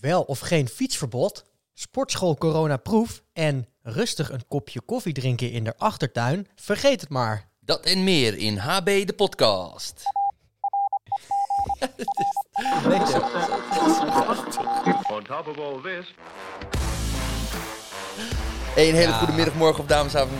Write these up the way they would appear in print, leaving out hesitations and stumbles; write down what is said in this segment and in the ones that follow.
Wel of geen fietsverbod, sportschool coronaproef en rustig een kopje koffie drinken in de achtertuin, vergeet het maar. Dat en meer in HB de podcast. On top of all this, Een hele goede middag, morgen of damesavond.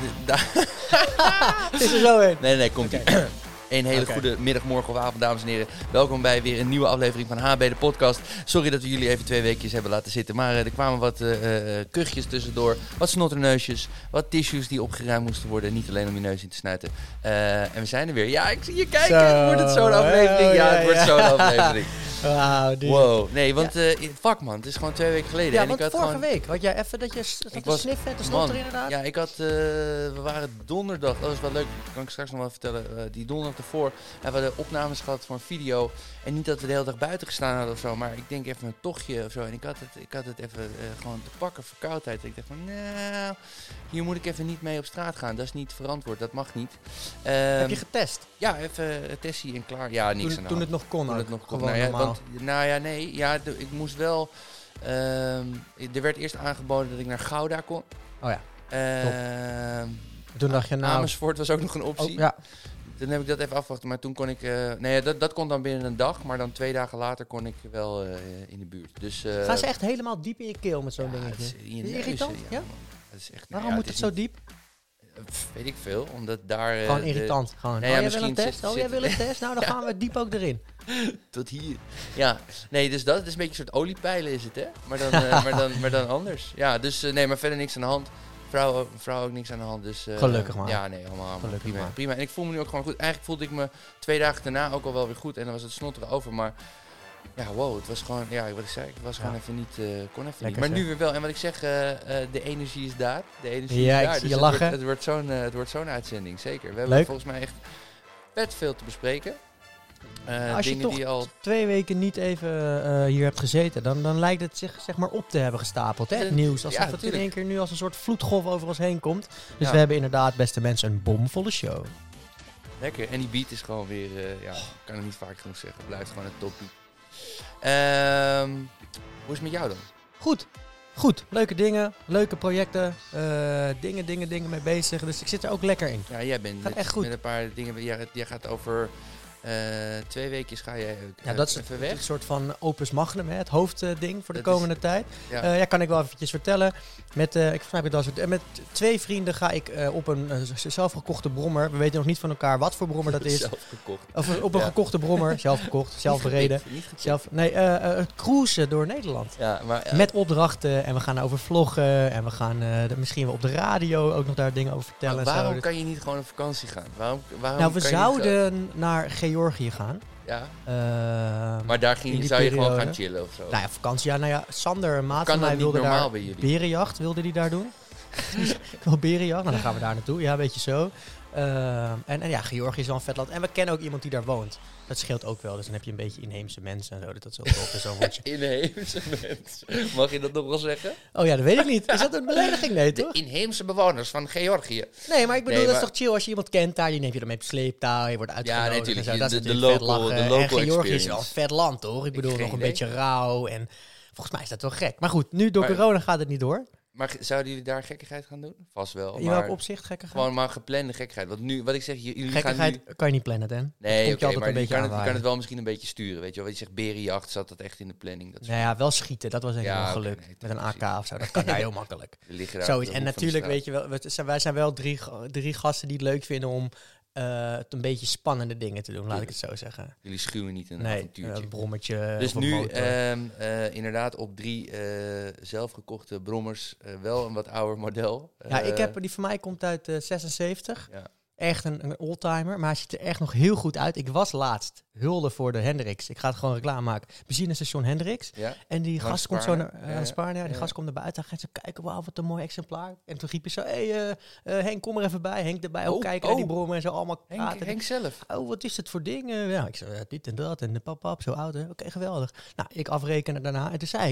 Het is er zo in. Nee, komt-ie. Een hele goede middag, morgen of avond, dames en heren. Welkom bij weer een nieuwe aflevering van HB de podcast. Sorry dat we jullie even 2 weekjes hebben laten zitten. Maar er kwamen wat kuchjes tussendoor. Wat snotterneusjes. Wat tissues die opgeruimd moesten worden. Niet alleen om je neus in te snuiten. En we zijn er weer. Ja, ik zie je kijken. Zo. Wordt het zo'n aflevering? Ja, het wordt zo'n aflevering. Wow. Nee, want fuck man. Het is gewoon 2 weken geleden. Ja, en want ik had vorige gewoon... week had jij even dat je zat te sniffen en te snotteren inderdaad. Ja, ik had, we waren donderdag, dat is wel leuk, kan ik straks nog wel vertellen. Die donderdag ervoor hebben we de opnames gehad voor een video. En niet dat we de hele dag buiten gestaan hadden of zo, maar ik denk even een tochtje of zo. En ik had het even gewoon te pakken, verkoudheid. En ik dacht van, nou, hier moet ik even niet mee op straat gaan. Dat is niet verantwoord, dat mag niet. Heb je getest? Ja, even testie en klaar. Ja, niks aan de hand. Toen het nog kon. Toen het nog kon. Gewoon normaal. Ik moest wel... er werd eerst aangeboden dat ik naar Gouda kon. Oh ja. Toen dacht je nou... Amersfoort was ook nog een optie. Oh, ja. Toen heb ik dat even afgewacht. Maar toen kon ik... dat kon dan binnen een dag. Maar dan 2 dagen later kon ik wel in de buurt. Dus, Gaan ze echt helemaal diep in je keel met zo'n dingetje? Het is in je Is het neus, irritant? Ja? man. Het is echt, Waarom moet het zo diep? Weet ik veel. Omdat daar... Gewoon irritant. Gewoon. Nee, ja, jij wil een misschien test? Jij wil een test? Nou, dan gaan we diep ook erin. Tot hier. Ja, nee, dus dat is een beetje een soort oliepijlen is het, hè? Maar dan anders. Ja, dus nee, maar verder niks aan de hand. Vrouw ook niks aan de hand, dus... Gelukkig maar. Ja, nee, allemaal Gelukkig maar. prima. En ik voel me nu ook gewoon goed. Eigenlijk voelde ik me 2 dagen daarna ook al wel weer goed. En dan was het snotteren over, maar... Ja, wow, het was gewoon... Ja, wat ik zei, ik was gewoon even niet... kon even niet. Maar nu weer wel. En wat ik zeg, de energie is daar. De energie is daar. Ik zie je lachen. Het wordt zo'n uitzending, zeker. We hebben Leuk. volgens mij echt vet veel te bespreken. Als je dingen toch die al... 2 weken niet even hier hebt gezeten, dan lijkt het zich zeg maar op te hebben gestapeld. Hè? Het nieuws, alsof het in tuurlijk. één keer nu als een soort vloedgolf over ons heen komt. Dus Ja. we hebben inderdaad, beste mensen, een bomvolle show. Lekker. En die beat is gewoon weer... ik kan het niet vaak genoeg zeggen. Het blijft gewoon een topbeat. Hoe is het met jou dan? Goed. Leuke dingen, leuke projecten, dingen mee bezig. Dus ik zit er ook lekker in. Ja, jij bent Gaat echt goed. met een paar dingen... Jij gaat over 2 weekjes ga je Ja, dat is even een weg. soort van opus magnum, hè? Het hoofdding voor de Dat is- komende tijd. Ja. Kan ik wel eventjes vertellen. Met 2 vrienden ga ik op een zelfgekochte brommer. We weten nog niet van elkaar wat voor brommer dat is. Zelf gekocht. Of op een gekochte brommer, zelf gekocht, zelf bereden. Niet gepikt. Het cruisen door Nederland. Ja, maar... Met opdrachten en we gaan over vloggen en we gaan misschien wel op de radio ook nog daar dingen over vertellen. maar en waarom zo. kan je niet gewoon op vakantie gaan? Waarom Nou, we kan je niet zouden naar Georgië gaan. Ja, Maar maar daar in die zou je gewoon periode. gaan chillen of zo. nou ja, vakantie. Ja, nou ja, Sander, een maat Kan van mij, dat niet wilde normaal daar bij jullie? berenjacht wilde die daar doen. Ik wil berenjacht, nou dan gaan we daar naartoe. Ja, een beetje zo. En ja, Georgië is wel een vet land. En we kennen ook iemand die daar woont. Dat scheelt ook wel. Dus dan heb je een beetje inheemse mensen en zo. Dat is ook tof. Zo'n woordje. Inheemse mensen. Mag je dat nog wel zeggen? Oh ja, dat weet ik niet. Is dat een belediging? Nee, De toch? inheemse bewoners van Georgië. Nee, maar ik bedoel, Nee, dat is maar- toch chill als je iemand kent daar. Je neemt je dan mee op sleeptouw. Je wordt uitgenodigd. natuurlijk. En zo. Dat is De natuurlijk vet local- lachen. de local en Georgië is experience. wel een vet land, toch? Ik bedoel, geen nog een idee. beetje rauw. En volgens mij is dat wel gek. Maar goed, nu door Maar- corona gaat het niet door. Maar zouden jullie daar gekkigheid gaan doen? Vast wel. In maar welk opzicht gekke gaan? gewoon maar geplande gekkigheid. Want nu, wat ik zeg, jullie gaan Gekkigheid nu... kan je niet plannen, Dan. Nee, Komt oké, je altijd maar een je beetje kan, je kan aanwaaien. het wel misschien een beetje sturen. Weet je wel, wat je zegt, berenjacht, zat dat echt in de planning. Dat is Nou ja, wel schieten. Dat was echt Ja, wel oké, geluk. nee, met een precies. AK of zo. Dat kan daar heel makkelijk. er liggen daar Zoiets. op de En hoek van de natuurlijk, straat. weet je wel, wij zijn wel drie gasten die het leuk vinden om het een beetje spannende dingen te doen, laat ik het zo zeggen. Jullie schuwen niet een Nee, avontuurtje. een brommetje Dus of een nu motor. inderdaad op 3 zelfgekochte brommers wel een wat ouder model. Ja, ik heb, die van mij komt uit 76. Ja. Echt een oldtimer, maar hij ziet er echt nog heel goed uit. Ik was laatst hulde voor de Hendrix. Ik ga het gewoon reclame maken. Benzinestation Hendrix. Ja? En die Langs gast komt zo Spaarne? naar Ja, aan Spaarne. Ja, die ja. gast komt naar buiten. Hij gaat zo kijken, wauw, wat een mooi exemplaar. En toen riep hij zo, Henk, kom er even bij. Henk erbij, ook Oh, kijken naar die oh. brommen en zo allemaal Henk, praten. Henk zelf. Oh, wat is het voor ding? Ja, ik zei, dit en dat. En pap, zo oud, hè. Oké, geweldig. Nou, ik afrekenen daarna. En toen zei ik,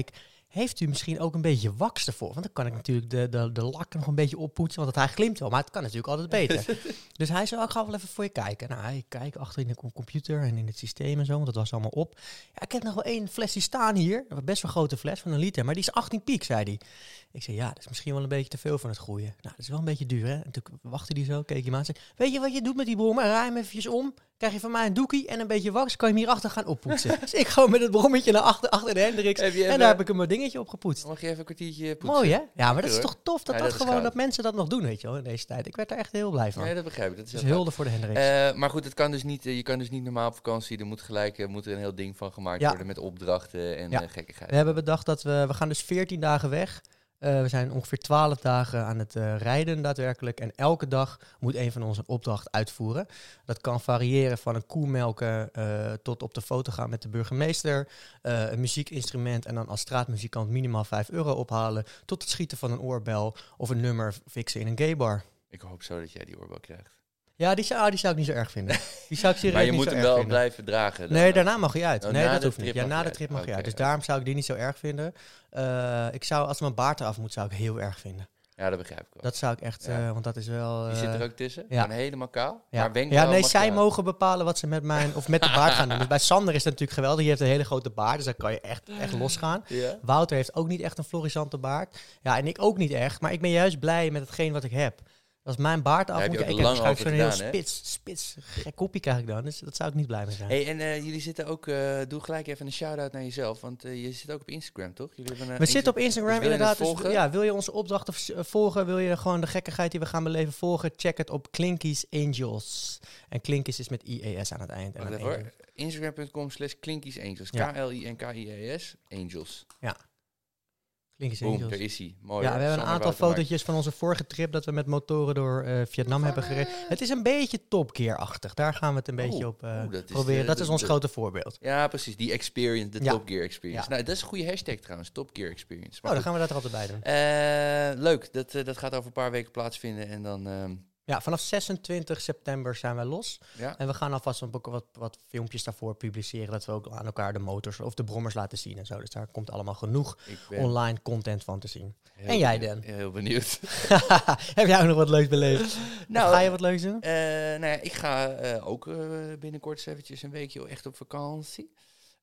heeft u misschien ook een beetje wax ervoor? Want dan kan ik natuurlijk de lak nog een beetje oppoetsen, want hij glimt wel, maar het kan natuurlijk altijd beter. Dus hij zei, ik ga wel even voor je kijken. Nou, ik kijk achter in de computer en in het systeem en zo, want dat was allemaal op. Ja, ik heb nog wel 1 flesje staan hier, best wel een grote fles van 1 liter, maar die is 18 piek, zei hij. Ik zei, ja, dat is misschien wel een beetje te veel van het goede. Nou, dat is wel een beetje duur, hè? En toen wachtte hij zo, keek hij me aan en zei, weet je wat je doet met die brommer? Raai hem eventjes om, krijg je van mij een doekie en een beetje wax, kan je hem hierachter gaan oppoetsen. Dus ik gewoon met het brommetje naar achter de Hendrix en daar heb ik hem een dingetje op gepoetst. Mag je even een kwartiertje poetsen? Mooi, hè? Ja, maar dat is hoor. toch tof dat, Ja, dat dat is gewoon goud. dat mensen dat nog doen, weet je wel, in deze tijd. Ik werd er echt heel blij van. Ja, dat begrijp ik. Dat is Dus heel hulde voor de Hendrix. Maar goed, het kan dus niet, je kan dus niet normaal op vakantie. Er moet gelijk moet er een heel ding van gemaakt Ja. worden met opdrachten en Ja. gekkigheid. We hebben bedacht dat we gaan dus 14 dagen weg. We zijn ongeveer 12 dagen aan het rijden daadwerkelijk. En elke dag moet een van ons een opdracht uitvoeren. Dat kan variëren van een koe melken tot op de foto gaan met de burgemeester. Een muziekinstrument en dan als straatmuzikant minimaal €5 ophalen. Tot het schieten van een oorbel of een nummer fixen in een gaybar. Ik hoop zo dat jij die oorbel krijgt. Ja, die zou ik niet zo erg vinden. Die zou ik serieus Maar je niet moet zo hem erg wel vinden. blijven dragen. dan. Nee, daarna mag je uit. Oh, Nee, na dat de hoeft niet. trip Ja, mag na je de uit. trip mag je Oké, uit. Dus oké. daarom zou ik die niet zo erg vinden. Ik zou, als mijn baard eraf moet, zou ik heel erg vinden. Ja, dat begrijp ik wel. Dat zou ik echt, Ja. want dat is wel... Die zit er ook tussen? ja. Gewoon helemaal kaal? Ja, Maar wenkbrauwen nee, mag zij je mogen bepalen wat ze met mijn of met de baard gaan doen. Dus bij Sander is dat natuurlijk geweldig. Die heeft een hele grote baard, dus dan kan je echt losgaan. Ja? Wouter heeft ook niet echt een florissante baard. Ja, en ik ook niet echt. Maar ik ben juist blij met hetgeen wat ik heb. Als mijn baard af Daar moet, heb je ik ook heb lang waarschijnlijk zo'n over heel gedaan, spits, gek kopje krijg ik dan. Dus dat zou ik niet blij mee zijn. Hey, en jullie zitten ook, doe gelijk even een shout-out naar jezelf, want je zit ook op Instagram, toch? Jullie hebben We zitten op Instagram dus wil je inderdaad. het Dus, volgen? ja, wil je onze opdrachten volgen? Wil je gewoon de gekkigheid die we gaan beleven volgen? Check het op Klinkies Angels. En Klinkies is met IES aan het eind. En Wacht dan even Angels. hoor. Instagram.com/KlinkiesAngels. Ja. KLINKIES Angels. Klinkies Boom, Angels. daar is hij. Mooi Ja, hoor. we hebben een Sander aantal Woutermark. fotootjes van onze vorige trip dat we met motoren door Vietnam hebben gereden. Het is een beetje Top Gear-achtig. Daar gaan we het een beetje op dat is proberen. de- Dat is de- ons de- grote voorbeeld. Ja, precies. Die experience, de Ja. Top Gear experience. Ja. Nou, dat is een goede hashtag trouwens. Top Gear experience. Oh, Maar dan goed. gaan we dat er altijd bij doen. Leuk. Dat gaat over een paar weken plaatsvinden. En dan, Ja, vanaf 26 september zijn wij los. ja. En we gaan alvast wat filmpjes daarvoor publiceren. Dat we ook aan elkaar de motors of de brommers laten zien en zo. Dus daar komt allemaal genoeg Ik ben online content van te zien. heel En jij, benieuwd. Dan? Heel benieuwd. Heb jij ook nog wat leuks beleefd? Nou, Of ga je wat leuks doen? nou ja, ik ga ook binnenkort eens eventjes een weekje echt op vakantie.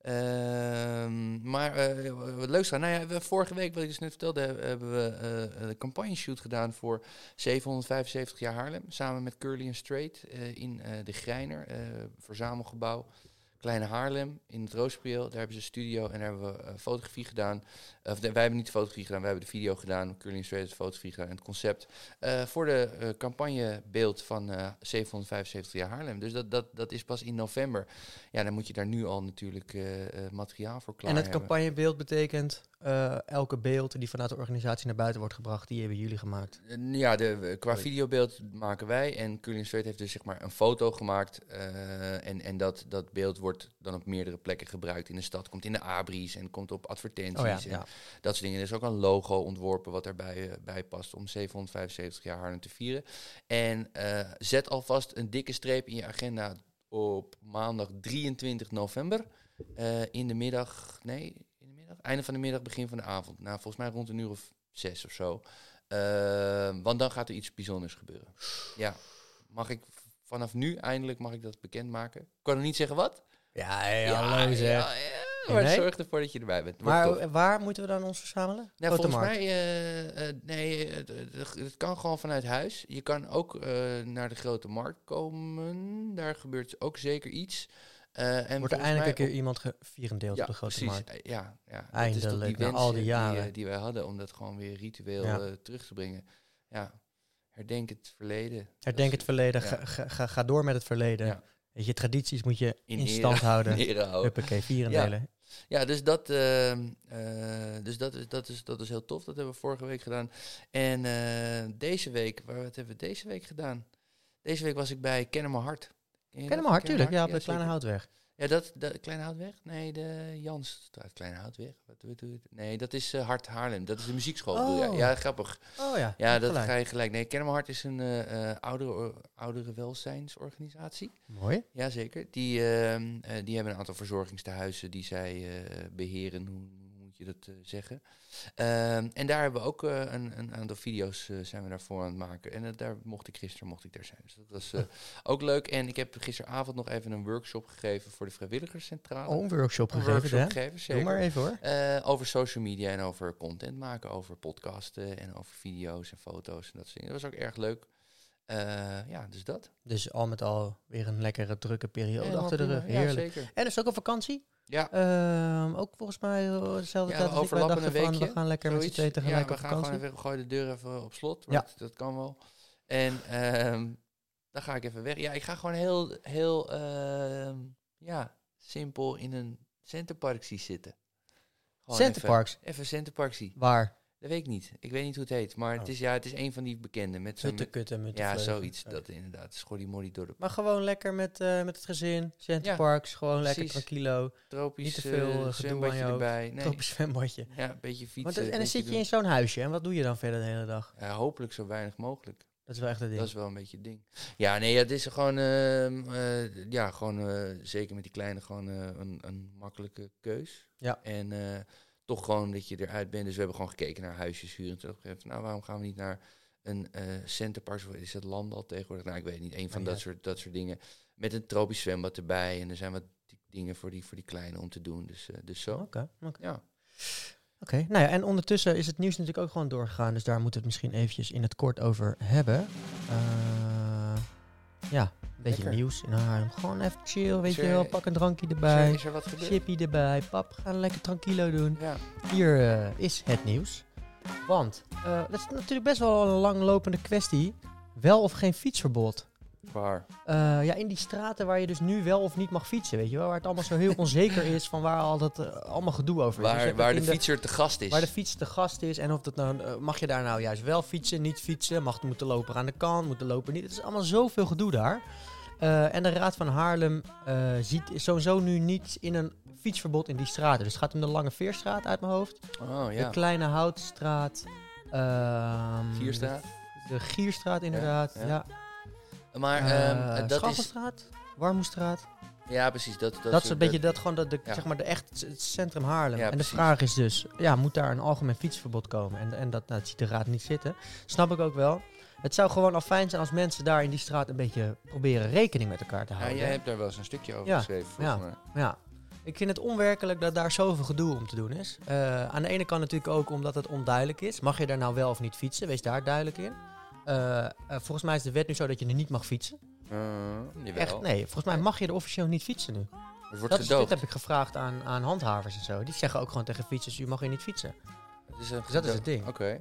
Maar wat leuks gaan. Nou ja, vorige week, wat ik dus net vertelde, hebben we een campagneshoot gedaan voor 775 jaar Haarlem. Samen met Curly and Straight in de Greiner, verzamelgebouw. Kleine Haarlem in het Roosprieel. Daar hebben ze een studio en daar hebben we fotografie gedaan. Wij hebben niet de fotografie gedaan, wij hebben de video gedaan. Curly and Straight heeft de fotografie gedaan en het concept. Voor de campagnebeeld van 775 jaar Haarlem. Dus dat is pas in november. Ja, dan moet je daar nu al natuurlijk materiaal voor klaar En het hebben. campagnebeeld betekent elke beeld die vanuit de organisatie naar buiten wordt gebracht, die hebben jullie gemaakt. Ja, qua videobeeld maken wij. En Curly and Straight heeft dus zeg maar een foto gemaakt. En dat beeld wordt dan op meerdere plekken gebruikt in de stad. Komt in de abris en komt op advertenties. Oh ja, en ja. dat soort dingen. Er is ook een logo ontworpen wat daarbij bij past om 775 jaar Haarlem te vieren. En zet alvast een dikke streep in je agenda op maandag 23 november. In de middag, einde van de middag, begin van de avond. Nou, volgens mij rond 6:00 of zo. Want dan gaat er iets bijzonders gebeuren. Ja, vanaf nu eindelijk mag ik dat bekendmaken. Ik kan nog niet zeggen wat. Hallo zeg. Ja, maar Nee? zorg ervoor dat je erbij bent. Wordt tof. Maar waar moeten we dan ons verzamelen? Nou, Grote volgens Markt. mij, het kan gewoon vanuit huis. Je kan ook naar de Grote Markt komen. Daar gebeurt ook zeker iets. En Wordt er eindelijk een keer iemand gevierendeeld op de Grote precies. Markt? Ja, dat Eindelijk, is toch die na wens al die jaren. die wij hadden om dat gewoon weer ritueel Ja. terug te brengen. Ja, herdenk het verleden. Herdenk het verleden, ja. ga door met het verleden. Ja. Weet je, tradities moet je in ere- stand houden. in ere houden. Huppakee, vierendelen. Ja, dus dat is heel tof. Dat hebben we vorige week gedaan. En deze week, wat hebben we deze week gedaan? Deze week was ik bij Kennemer Hart. Ken je Ken hem dat? hard, tuurlijk. Ja, op de zeker. Kleine Houtweg. Ja, dat Kleine Houtweg? Nee, de Jansstraat Kleine Houtweg. Nee, dat is Hart Haarlem. Dat is de muziekschool. bedoel je? Oh. Ja, grappig. Oh ja, Ja, dat gelijk. ga je gelijk. Nee, Kennemer Hart is een oudere welzijnsorganisatie. Mooi. Jazeker. Die hebben een aantal verzorgingstehuizen die zij beheren. Hoe moet je dat zeggen. En daar hebben we ook een aantal video's zijn we daarvoor aan het maken. En daar mocht ik daar zijn. Dus dat was ook leuk. En ik heb gisteravond nog even een workshop gegeven voor de vrijwilligerscentrale. Een workshop Een gegeven, workshop hè? gegeven, zeker. Doe maar even hoor. Over social media en over content maken, over podcasten en over video's en foto's en dat soort dingen. Dat was ook erg leuk. Dus dat. Dus al met al weer een lekkere drukke periode Helemaal achter de prima. rug. Ja, Heerlijk. zeker. En is ook een vakantie? Ja, Ook volgens mij dezelfde Ja, tijd als ik. Wij overlappen dachten een van, weekje, we gaan lekker met z'n zoiets. tweeën tegelijk we op gaan vakantie. gewoon even, gooien de deur even op slot. Ja. Dat kan wel. En dan ga ik even weg. Ja, ik ga gewoon heel simpel in een centerpark zitten. Gewoon Centerparks? Even centerpark zien. Waar? Dat weet ik niet. Ik weet niet hoe het heet. Maar het is een van die bekende. Met zo'n Muttekutten, ja, Muttenvleugel. zoiets. Ja. Dat inderdaad. Schorrie dorp. Maar gewoon lekker met het gezin. Centerparks, gewoon lekker precies. tranquilo. Tropisch Niet te veel gedoe zwembadje aan je hoofd. erbij. Nee. Tropisch zwembadje. Ja, een beetje fietsen. Want, en dan beetje zit je doen. in zo'n huisje. En wat doe je dan verder de hele dag? Hopelijk zo weinig mogelijk. Dat is wel echt het ding. Dat is wel een beetje het ding. Ja, nee, het is gewoon, zeker met die kleine, gewoon een makkelijke keus. Ja. En toch gewoon dat je eruit bent. Dus we hebben gewoon gekeken naar huisjes huren. En toen dacht ik even, nou, waarom gaan we niet naar een centerpark? Is het Landal tegenwoordig? Nou, ik weet niet. Een van dat soort dingen. Met een tropisch zwembad erbij. En er zijn wat dingen voor die kleine om te doen. Dus zo. Oké. Ja. Oké, nou ja, en ondertussen is het nieuws natuurlijk ook gewoon doorgegaan. Dus daar moeten we het misschien eventjes in het kort over hebben. Een beetje Lekker. nieuws in Haarlem. Gewoon even chill, weet Is je er- wel. Pak een drankje erbij. Is er wat gebeurd? Chippy erbij. Pap, we gaan lekker tranquilo doen. Ja. Hier is het nieuws. Want dat is natuurlijk best wel een langlopende kwestie. Wel of geen fietsverbod. Waar? In die straten waar je dus nu wel of niet mag fietsen, weet je wel. Waar het allemaal zo heel onzeker is van waar al dat allemaal gedoe over is. Dus je hebt Waar het de in fietser te gast is. Waar de fiets te gast is en of dat nou... mag je daar nou juist wel fietsen, niet fietsen? Moet de loper aan de kant, moet de loper niet? Het is allemaal zoveel gedoe daar. En de Raad van Haarlem ziet sowieso nu niets in een fietsverbod in die straten. Dus het gaat om de Lange Veerstraat uit mijn hoofd. Oh, ja. De Kleine Houtstraat. Gierstraat. De Gierstraat inderdaad, Ja, ja. Maar dat is... Schaffelstraat, Warmoestraat. Ja, precies. Dat Dat is een beetje dat gewoon Ja. zeg maar het centrum Haarlem. Ja, en de precies. vraag is dus, moet daar een algemeen fietsverbod komen? En dat ziet de raad niet zitten. Snap ik ook wel. Het zou gewoon al fijn zijn als mensen daar in die straat een beetje proberen rekening met elkaar te Ja, houden. jij hebt daar wel eens een stukje over Ja, geschreven, ja. volgens mij. Ja. Ik vind het onwerkelijk dat daar zoveel gedoe om te doen is. Aan de ene kant natuurlijk ook omdat het onduidelijk is. Mag je daar nou wel of niet fietsen? Wees daar duidelijk in. Volgens mij is de wet nu zo dat je er niet mag fietsen. Jawel. Echt? Nee, volgens mij mag je er officieel niet fietsen nu. Het wordt Dit gedoogd. heb ik gevraagd aan handhavers en zo. Die zeggen ook gewoon tegen fietsers, u mag hier niet fietsen. Dus dat is het ding. Oké.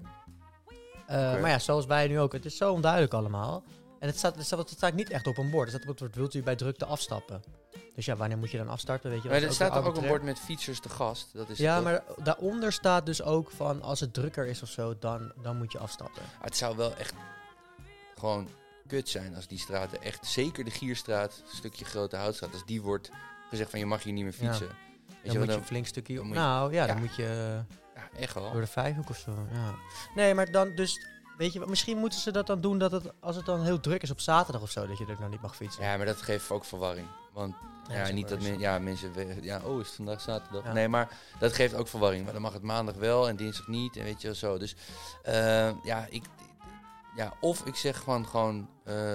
Maar ja, zoals wij nu ook. Het is zo onduidelijk allemaal. En het staat niet echt op een bord. Het staat op het bord, wilt u bij drukte afstappen? Dus ja, wanneer moet je dan afstarten? Weet je, Maar dat er is staat toch ook een arbitrair. bord met fietsers te gast? Dat is Ja, het toch? maar daaronder staat dus ook van als het drukker is of zo, dan moet je afstappen. Het zou wel echt gewoon kut zijn als die straten echt, zeker de Gierstraat, een stukje Grote Houtstraat, als die wordt gezegd van je mag hier niet meer fietsen. Weet Dan moet je wat een flink stukje... dan moet je- Nou ja, dan ja. moet je Ja, echt wel. door de Vijfhoek of zo. Ja. Nee, maar dan dus... Weet je, misschien moeten ze dat dan doen dat als het dan heel druk is op zaterdag of zo, dat je er nou niet mag fietsen. Ja, maar dat geeft ook verwarring. Want Ja, dat is niet ook dat wel mensen is het vandaag zaterdag? Ja. Nee, maar dat geeft ook verwarring. Maar dan mag het maandag wel en dinsdag niet en weet je wel zo. Dus of ik zeg gewoon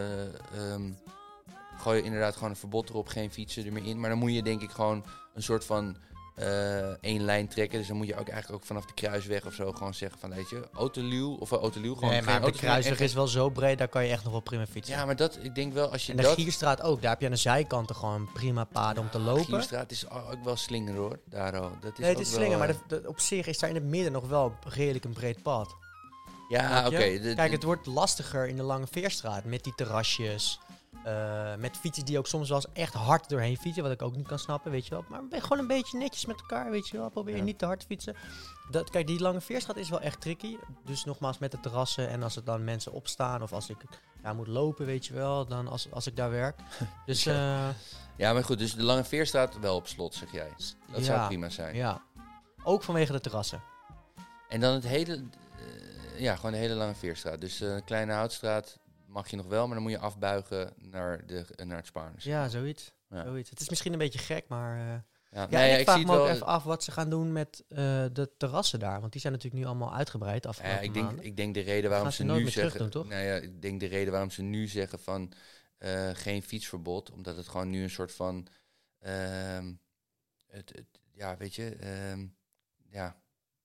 gooi inderdaad gewoon een verbod erop, geen fietsen er meer in. Maar dan moet je denk ik gewoon een soort van één lijn trekken. Dus dan moet je ook eigenlijk ook vanaf de kruisweg of zo gewoon zeggen van, weet je, autoluw gewoon Nee, geen maar de auto's meer kruisweg en is wel zo breed, daar kan je echt nog wel prima fietsen. ja, maar ik denk wel als je en de dat... Gierstraat ook, daar heb je aan de zijkanten gewoon prima paden om te lopen. Gierstraat is ook wel slinger hoor, daar al. Dat is Nee, het ook is wel, slinger, maar op zich is daar in het midden nog wel redelijk een breed pad. ja, Snap oké. je? Kijk, het wordt lastiger in de Lange Veerstraat met die terrasjes. Met fietsers die ook soms wel eens echt hard doorheen fietsen, wat ik ook niet kan snappen, weet je wel. Maar gewoon een beetje netjes met elkaar, weet je wel. Probeer Ja. niet te hard te fietsen. Kijk, die Lange Veerstraat is wel echt tricky. Dus nogmaals met de terrassen en als er dan mensen opstaan of als ik moet lopen, weet je wel, dan als ik daar werk. Dus Ja, maar goed, dus de Lange Veerstraat wel op slot, zeg jij. Dat zou prima zijn. ja, ook vanwege de terrassen. En dan het hele, gewoon de hele Lange Veerstraat. Dus Kleine Houtstraat mag je nog wel, maar dan moet je afbuigen naar het Spaarnes. Ja, zoiets. Ja. Zoiets. Het is misschien een beetje gek, maar Ja, Ja, en ik ik vraag zie me het ook wel. even af wat ze gaan doen met de terrassen daar. Want die zijn natuurlijk nu allemaal uitgebreid Ja, afgelopen maanden. ik denk de reden waarom gaan ze ze nooit nu meer terug zeggen... doen, toch? Nou ja, ik denk de reden waarom ze nu zeggen van geen fietsverbod. Omdat het gewoon nu een soort van... ja, weet je... ja.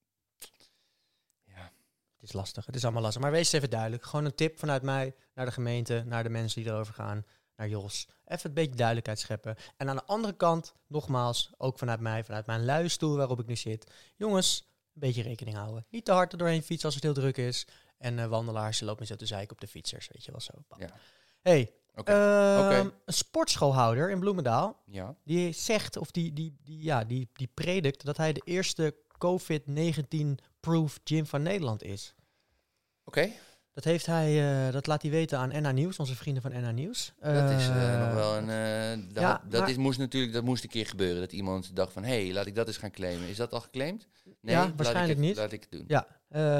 Het is lastig. Het is allemaal lastig. Maar wees eens even duidelijk. Gewoon een tip vanuit mij naar de gemeente, naar de mensen die erover gaan, naar Jos. Even een beetje duidelijkheid scheppen. En aan de andere kant, nogmaals, ook vanuit mij, vanuit mijn luie stoel waarop ik nu zit. Jongens, een beetje rekening houden. Niet te hard er doorheen fietsen als het heel druk is. En wandelaars, lopen niet zo te zeiken op de fietsers. Weet je wel zo. Ja. Hey, Oké. een sportschoolhouder in Bloemendaal, Ja. die zegt, of die predikt dat hij de eerste COVID-19-proof gym van Nederland is. Oké. Dat heeft hij, dat laat hij weten aan NH Nieuws, onze vrienden van NH Nieuws. Dat is nog wel een... ja, maar- dat moest een keer gebeuren. Dat iemand dacht van... Hé, laat ik dat eens gaan claimen. Is dat al geclaimd? Nee, Ja, laat ik waarschijnlijk het- niet. Laat ik het doen. Ja,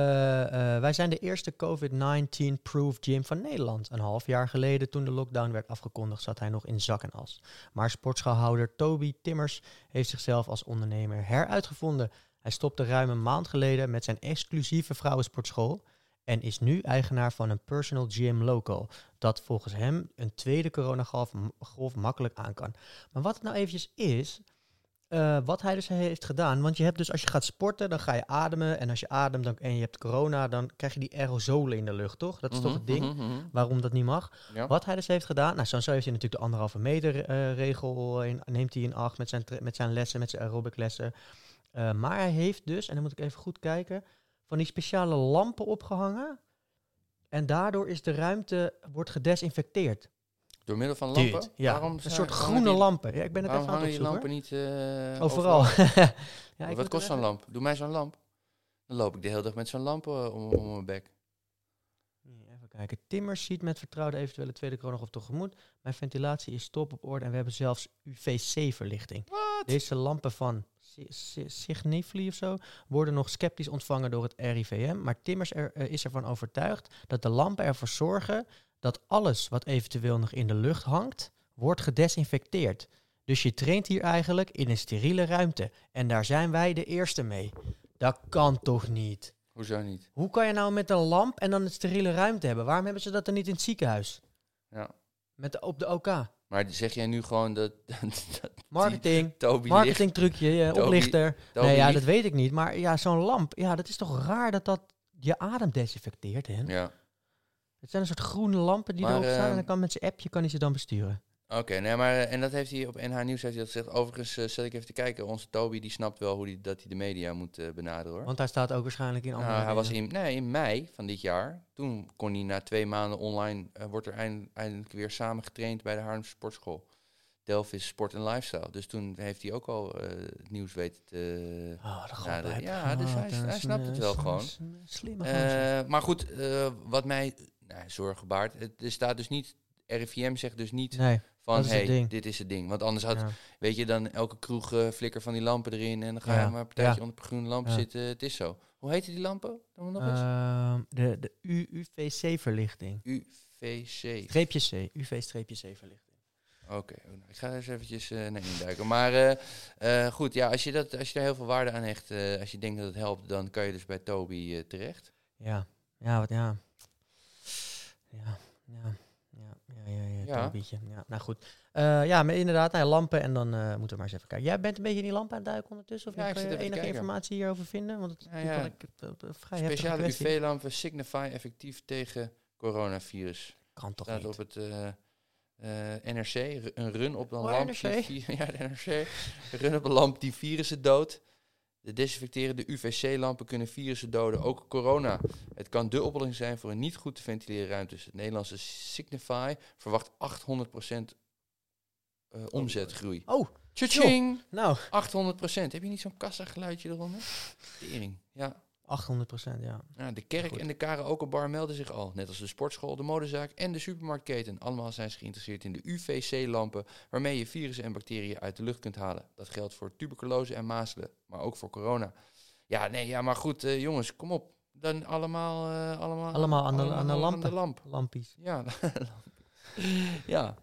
wij zijn de eerste COVID-19-proof gym van Nederland. Een half jaar geleden, toen de lockdown werd afgekondigd, zat hij nog in zak en as. Maar sportschoolhouder Toby Timmers heeft zichzelf als ondernemer heruitgevonden. Hij stopte ruim een maand geleden met zijn exclusieve vrouwensportschool en is nu eigenaar van een personal gym local, dat volgens hem een tweede coronagolf makkelijk aan kan. Maar wat het nou eventjes is, wat hij dus heeft gedaan, want je hebt dus als je gaat sporten, dan ga je ademen en als je ademt en je hebt corona, dan krijg je die aerosolen in de lucht, toch? Dat is toch het ding waarom dat niet mag. Ja. Wat hij dus heeft gedaan, nou zo heeft hij natuurlijk de 1,5 meter regel, neemt hij in acht met zijn lessen, met zijn aerobic lessen. Maar hij heeft dus, en dan moet ik even goed kijken, van die speciale lampen opgehangen. En daardoor is de ruimte, wordt gedesinfecteerd. Door middel van lampen? Dude, ja, Waarom een zijn- soort hangen groene die- lampen. Ja, ik ben het Waarom even aan hangen het die opzoeken. lampen niet Overal. Ja, ik Wat moet kost er zo'n even- lamp? Doe mij zo'n lamp. Dan loop ik de hele dag met zo'n lamp om mijn bek. Even kijken. Timmers ziet met vertrouwde eventuele tweede coronagolf tegemoet. Mijn ventilatie is top op orde en we hebben zelfs UVC-verlichting. Deze lampen van Signifly of zo worden nog sceptisch ontvangen door het RIVM. Maar Timmers is ervan overtuigd dat de lampen ervoor zorgen dat alles wat eventueel nog in de lucht hangt, wordt gedesinfecteerd. Dus je traint hier eigenlijk in een steriele ruimte. En daar zijn wij de eerste mee. Dat kan toch niet? Hoezo niet? Hoe kan je nou met een lamp en dan een steriele ruimte hebben? Waarom hebben ze dat dan niet in het ziekenhuis? Ja. Op de OK. Maar zeg jij nu gewoon dat Marketing. Toby Marketing trucje, Toby- oplichter. Toby Nee, ja, ligt- dat weet ik niet. Maar ja, zo'n lamp, ja, dat is toch raar dat je adem desinfecteert, hè? Ja. Het zijn een soort groene lampen die Maar, erop staan en dan kan met zijn appje kan hij ze dan besturen. Oké, nee, maar en dat heeft hij op NH Nieuws heeft hij dat gezegd. Overigens zet ik even te kijken. Onze Toby die snapt wel dat hij de media moet benaderen, hoor. Want hij staat ook waarschijnlijk in andere Nou, hij was dingen. in mei van dit jaar. Toen kon hij na 2 maanden online, wordt er eindelijk weer samen getraind bij de Haarlemse Sportschool. Delvis Sport en Lifestyle. Dus toen heeft hij ook al het nieuws weten te... Oh, dat benaderen. Ja, dus hij snapt het wel gewoon. Slimme gozer. Maar goed, wat mij zorgen baart, er staat dus niet, RIVM zegt dus niet Nee, van, dat is het hey, ding. dit is het ding. Want anders had, ja. weet je, dan elke kroeg flikker van die lampen erin en dan ga Ja, je maar een partijtje ja. onder groene lampen Ja. zitten. Het is zo. Hoe heette die lampen? Doen we nog eens? De UVC-verlichting. UVC. Streepje C. UV-C-verlichting. Oké, nou, ik ga er eens eventjes naar induiken. Maar goed, ja, als je daar heel veel waarde aan hecht, als je denkt dat het helpt, dan kan je dus bij Toby terecht. Ja. Ja, wat ja. Ja. Tobietje. Ja, nou goed. Ja, maar inderdaad, lampen en dan moeten we maar eens even kijken. Jij bent een beetje in die lampen aan het duiken ondertussen? Of Ja, ik kan zit je even te enige kijken. informatie hierover vinden? Want het is Ja, ja. een vrij heftige Speciale kwestie. UV-lampen Signify effectief tegen coronavirus. Kan toch Staat niet? op het NRC, een run op een Oh, lamp. NRC? Ja, de NRC. Een run op een lamp die virussen doodt. De desinfecterende UVC-lampen kunnen virussen doden, ook corona. Het kan dé oplossing zijn voor een niet goed te ventileren ruimtes. Het Nederlandse Signify verwacht 800% omzetgroei. Oh, Tjing! nou, 800%. Heb je niet zo'n kassageluidje eronder? Tering. Ja. 800%, ja. Ja, de kerk Goed. en de karaokebar melden zich al. Net als de sportschool, de modezaak en de supermarktketen. Allemaal zijn ze geïnteresseerd in de UVC-lampen... waarmee je virussen en bacteriën uit de lucht kunt halen. Dat geldt voor tuberculose en mazelen, maar ook voor corona. Ja, nee, ja, maar goed, jongens, kom op. Dan allemaal Allemaal aan de lampen. lamp. Lampies. Ja, ja.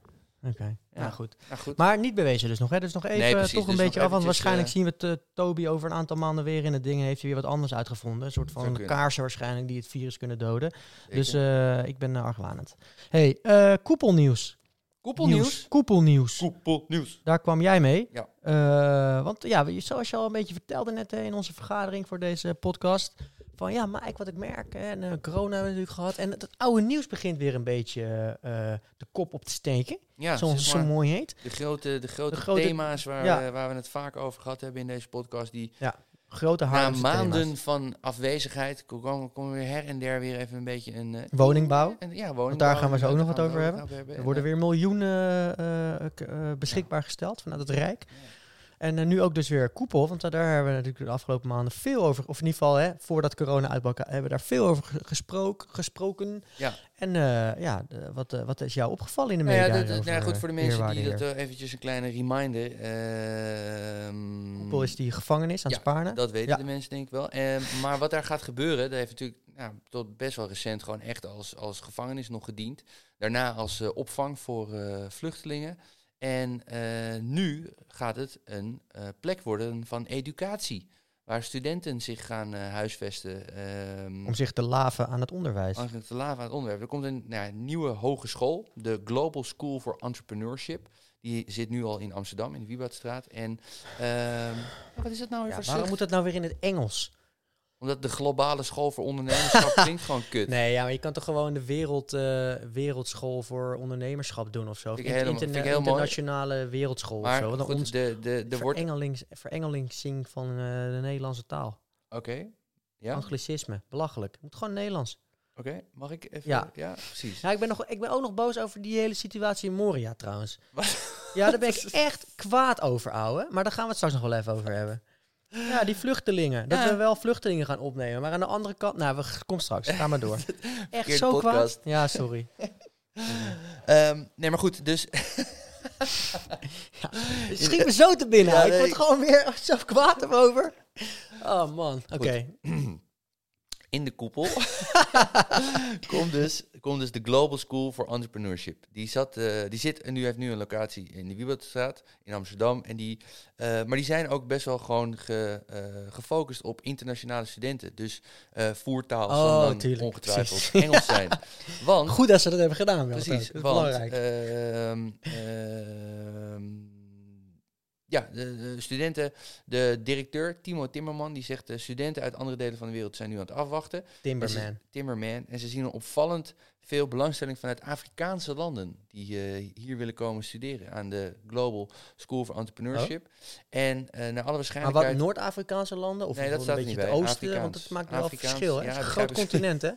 Oké. Ja. Nou goed. Nou goed. Maar niet bewezen dus nog, hè? Dus nog even Nee, precies. toch een Dus beetje nog af. Want eventjes, waarschijnlijk zien we Toby over een aantal maanden weer in het ding. Heeft hij weer wat anders uitgevonden. Een soort Zou van kunnen. kaarsen waarschijnlijk die het virus kunnen doden. Zeker. Dus ik ben argwanend. Hey, koepelnieuws. Koepelnieuws. Koepelnieuws. Koepelnieuws. Daar kwam jij mee. Ja. Want ja, zoals je al een beetje vertelde net in onze vergadering voor deze podcast. Van ja, Mike, wat ik merk. En corona hebben we natuurlijk gehad. En het oude nieuws begint weer een beetje de kop op te steken. Ja, Zoals het zeg zo maar, mooi heet. de grote grote- thema's waar, ja. waar we het vaak over gehad hebben in deze podcast. Die Grote na harde maanden thema's. van afwezigheid komen we weer her en der weer even een beetje een... Woningbouw. woningbouw. daar gaan we zo ook nog Daar wat gaan we over het hebben. En, Er worden weer miljoenen beschikbaar gesteld vanuit het Rijk. En nu ook dus weer Koepel, want daar hebben we natuurlijk de afgelopen maanden veel over, of in ieder geval voordat corona uitbrak, hebben we daar veel over gesproken. Ja. En wat is jou opgevallen in de media? Goed, voor de mensen die dat eventjes een kleine reminder. Koepel is die gevangenis aan het Spaarne. Dat weten de mensen denk ik wel. Maar wat daar gaat gebeuren, dat heeft natuurlijk tot best wel recent gewoon echt als gevangenis nog gediend. Daarna als opvang voor vluchtelingen. En nu gaat het een plek worden van educatie. Waar studenten zich gaan huisvesten. Om zich te laven aan het onderwijs. Om zich te laven aan het onderwijs. Er komt een nieuwe hogeschool. De Global School for Entrepreneurship. Die zit nu al in Amsterdam, in de Wiebertstraat. En wat is dat nou weer voor waarom moet dat nou weer in het Engels? Omdat de globale school voor ondernemerschap klinkt gewoon kut. Nee, ja, maar je kan toch gewoon de wereldschool voor ondernemerschap doen of zo. Vind ik heel internationale wereldschool maar of zo. goed, verengelinging van de Nederlandse taal. Oké. Ja. Anglicisme, belachelijk. Moet gewoon Nederlands. Oké, mag ik even? Ja, precies. Ja, ik ben ook nog boos over die hele situatie in Moria trouwens. Ja, daar ben ik echt kwaad over, ouwe. Maar daar gaan we het straks nog wel even over hebben. Ja, die vluchtelingen. Dat we wel vluchtelingen gaan opnemen. Maar aan de andere kant... Nou, kom straks. Ga maar door. Echt zo podcast. kwaad. Ja, sorry. Nee, maar goed, dus... Het schiet me zo te binnen. Ik word gewoon weer zo kwaad over. Oh man, oké. In de koepel komt dus de Global School for Entrepreneurship. Die zit en heeft nu een locatie in de Wiebertstraat in Amsterdam. En maar die zijn ook best wel gewoon gefocust op internationale studenten. Dus voertaal zal dan ongetwijfeld Engels zijn. Want, goed dat ze dat hebben gedaan. Wel, precies, dat is want belangrijk. de studenten, de directeur Timo Timmerman, die zegt studenten uit andere delen van de wereld zijn nu aan het afwachten. Timmerman. En ze zien een opvallend veel belangstelling vanuit Afrikaanse landen die hier willen komen studeren aan de Global School for Entrepreneurship. En naar alle waarschijnlijkheid... Maar wat, Noord-Afrikaanse landen? Of nee, dat staat een beetje niet het bij. oosten? Want dat maakt wel verschil. Hè? Het is een groot continent, hè?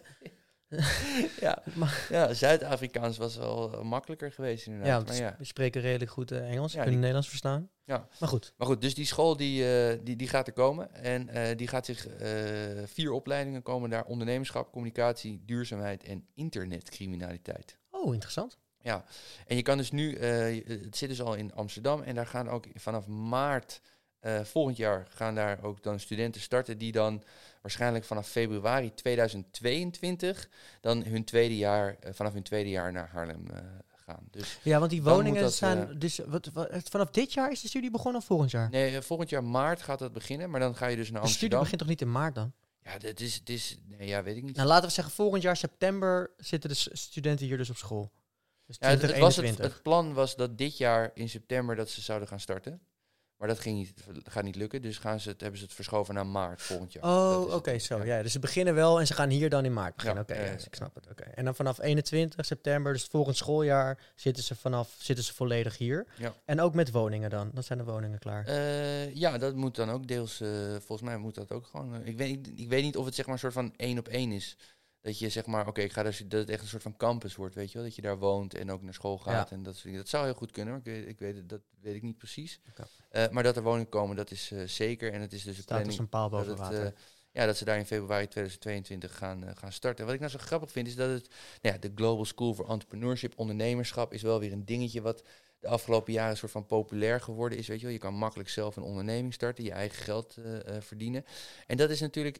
Ja, Zuid-Afrikaans was wel makkelijker geweest inderdaad. Ja, we spreken redelijk goed Engels, kunnen Nederlands verstaan. Ja. Maar goed, dus die school die gaat er komen. En die gaat zich 4 opleidingen komen daar. Ondernemerschap, communicatie, duurzaamheid en internetcriminaliteit. Oh, interessant. Ja, en je kan dus nu, het zit dus al in Amsterdam. En daar gaan ook vanaf maart volgend jaar gaan daar ook dan studenten starten die dan waarschijnlijk vanaf februari 2022 dan vanaf hun tweede jaar naar Haarlem gaan. Dus ja, want die woningen zijn... Dus vanaf dit jaar is de studie begonnen of volgend jaar? Nee, volgend jaar maart gaat dat beginnen, maar dan ga je dus naar Amsterdam. De studie begint toch niet in maart dan? Ja, het is nee, weet ik niet. Nou, laten we zeggen volgend jaar september zitten de studenten hier dus op school. Dus ja, het plan was dat dit jaar in september dat ze zouden gaan starten. Maar dat gaat niet lukken, dus hebben ze het verschoven naar maart volgend jaar. Oh, oké, zo. Ja, dus ze beginnen wel en ze gaan hier dan in maart beginnen. Ja, ik snap het. Okay. En dan vanaf 21 september, dus het volgend schooljaar, zitten ze volledig hier. Ja. En ook met woningen dan? Dan zijn de woningen klaar. Ja, dat moet dan ook deels, volgens mij moet dat ook gewoon... Ik weet niet of het zeg maar een soort van 1-op-1 is. Dat je zeg maar, dat het echt een soort van campus wordt, weet je wel? Dat je daar woont en ook naar school gaat. Ja. En dat zou heel goed kunnen, maar dat weet ik niet precies. Okay. Maar dat er woningen komen, dat is zeker. En het is dus een planning... Staat dus een paal boven water. Dat ze daar in februari 2022 gaan starten. Wat ik nou zo grappig vind, is dat de Global School for Entrepreneurship, ondernemerschap, is wel weer een dingetje wat de afgelopen jaren een soort van populair geworden is. Weet je wel? Je kan makkelijk zelf een onderneming starten, je eigen geld verdienen. En dat is natuurlijk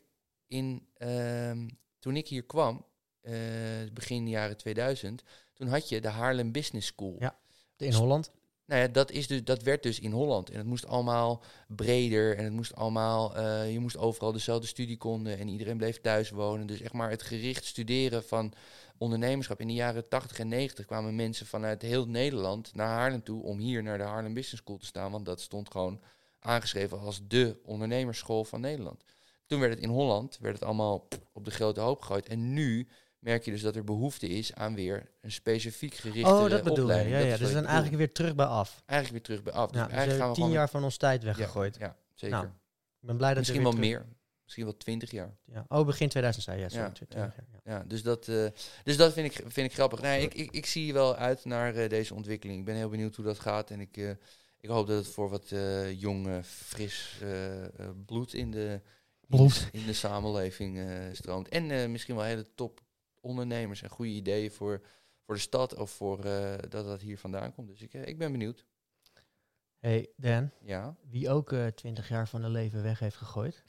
toen ik hier kwam, begin jaren 2000, toen had je de Haarlem Business School. Ja. In Holland? Nou ja, dat werd dus in Holland. En het moest allemaal breder. En het moest allemaal... je moest overal dezelfde studie konden. En iedereen bleef thuis wonen. Dus echt maar het gericht studeren van ondernemerschap. In de jaren 80 en 90 kwamen mensen vanuit heel Nederland naar Haarlem toe... om hier naar de Haarlem Business School te staan. Want dat stond gewoon aangeschreven als de ondernemersschool van Nederland. Toen werd het in Holland, werd het allemaal op de grote hoop gegooid. En nu merk je dus dat er behoefte is aan weer een specifiek gerichte opleiding. Oh, dat bedoel je. Ja, Dat ja. is Dus wat dan ik eigenlijk bedoel. weer terug bij af. Eigenlijk weer terug bij af. Dus Ja, dus eigenlijk gaan we 10 gewoon jaar van ons tijd weggegooid. Ja, zeker. Nou, ik ben blij dat Misschien je wel weer meer. Misschien wel 20 jaar. Ja. Oh, begin 2000 zei je. Ja, sorry, Ja, 20 ja. jaar. Ja. Ja, dus dat vind ik grappig. Nee, ik zie wel uit naar deze ontwikkeling. Ik ben heel benieuwd hoe dat gaat. En ik hoop dat het voor wat jong, fris bloed in de samenleving stroomt. En misschien wel hele top ondernemers en goede ideeën voor de stad of voor dat hier vandaan komt. Dus ik ben benieuwd. Hey Dan, Ja. wie ook 20 jaar van hun leven weg heeft gegooid,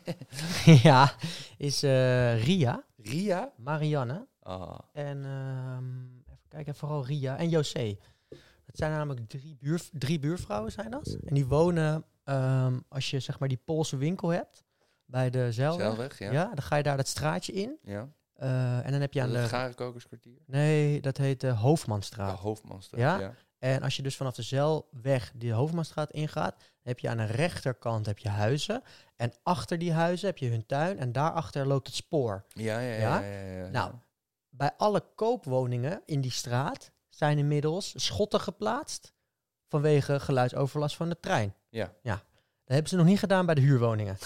ja, is Ria, Ria? Marianne Ah. en even kijken, vooral Ria en José. Het zijn namelijk drie buurvrouwen zijn dat. En die wonen, als je zeg maar die Poolse winkel hebt, bij de Zeilweg. Ja. Dan ga je daar dat straatje in. Ja. En dan heb je aan Het de... Garenkokerskwartier. Nee, dat heet de Ja, Hoofdmanstraat. Hoofdmanstraat. Ja? Ja. En als je dus vanaf de Zeilweg die Hoofdmanstraat ingaat, heb je aan de rechterkant heb je huizen. En achter die huizen heb je hun tuin. En daarachter loopt het spoor. Ja. Nou, bij alle koopwoningen in die straat zijn inmiddels schotten geplaatst vanwege geluidsoverlast van de trein. Ja. Dat hebben ze nog niet gedaan bij de huurwoningen.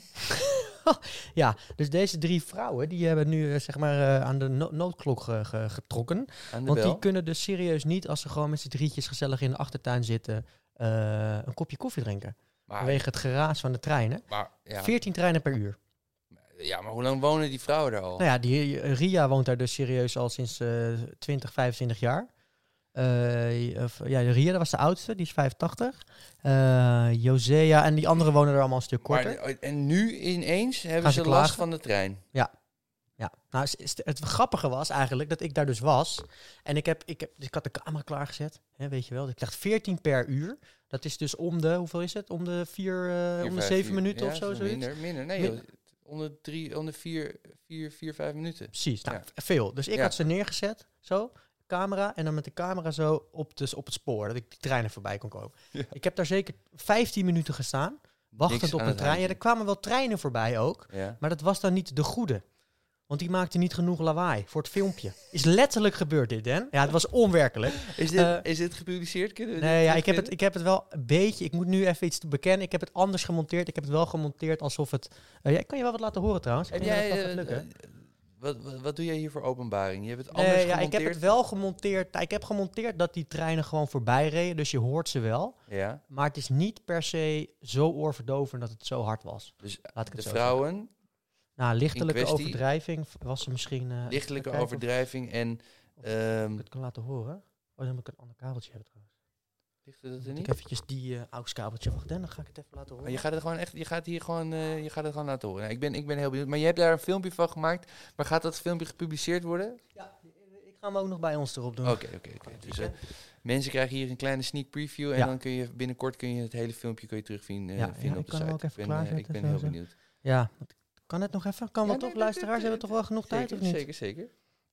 Ja, dus deze 3 vrouwen, die hebben nu zeg maar aan de noodklok getrokken. Aan de Want bel. die kunnen dus serieus niet, als ze gewoon met z'n drietjes gezellig in de achtertuin zitten, een kopje koffie drinken. Vanwege het geraas van de treinen. Maar, ja. 14 treinen per uur. Ja, maar hoe lang wonen die vrouwen daar al? Nou ja, die Ria woont daar dus serieus al sinds 20, 25 jaar. Ria, dat was de oudste, die is 85. Josea en die anderen wonen er allemaal een stuk korter. Maar, en nu ineens hebben Gaan ze ze last klagen? van de trein. Ja, nou, het grappige was eigenlijk dat ik daar dus was. En ik had de camera klaargezet, hè, weet je wel. Ik dacht 14 per uur. Dat is dus om de, hoeveel is het? Om de 7 minuten of zo. Zoiets. Minder. Nee, joh. Onder 4, 5 minuten. Precies, nou, Ja. veel. Dus ik Ja. had ze neergezet, zo, camera. En dan met de camera zo op het spoor, dat ik die treinen voorbij kon komen. Ja. Ik heb daar zeker 15 minuten gestaan, wachtend Niks op aan een het trein. Ja, handje. er kwamen wel treinen voorbij ook. Ja. Maar dat was dan niet de goede. Want die maakte niet genoeg lawaai voor het filmpje. Is letterlijk gebeurd dit, hè? Ja, het was onwerkelijk. Is dit gepubliceerd? Kunnen we dit Nee, ja, terugvinden? ik heb het wel een beetje... Ik moet nu even iets te bekennen. Ik heb het anders gemonteerd. Ik heb het wel gemonteerd alsof het... ik kan je wel wat laten horen trouwens. Ik Heb denk dat jij, dat gaat lukken. wat doe jij hier voor openbaring? Je hebt het anders Nee, ja, gemonteerd? ik heb het wel gemonteerd. Ik heb gemonteerd dat die treinen gewoon voorbij reden. Dus je hoort ze wel. Ja, Maar het is niet per se zo oorverdovend dat het zo hard was. dus Laat ik het de zo vrouwen, Nou, lichtelijke kwestie- overdrijving was ze misschien... lichtelijke kijken overdrijving en... of ik het kan laten horen. Oh, dan moet ik een ander kabeltje hebben trouwens. Ligt het er Moet niet? ik eventjes die AUX-kabeltje wacht, dan ga ik het even laten horen. Maar je gaat het gewoon echt, je gaat het gewoon laten horen. Nou, ik ben heel benieuwd. Maar je hebt daar een filmpje van gemaakt. Maar gaat dat filmpje gepubliceerd worden? Ja, ik ga hem ook nog bij ons erop doen. Oké. Dus mensen krijgen hier een kleine sneak preview. En Ja. dan kun je binnenkort het hele filmpje terugvinden Ja, vinden ik op de kan hem site. ook even ik klaarzetten, ben zo, heel zo. benieuwd. Ja, kan het nog even? Kan wel Ja, toch, nee, luisteraars? Hebben we toch wel genoeg tijd of niet? Zeker.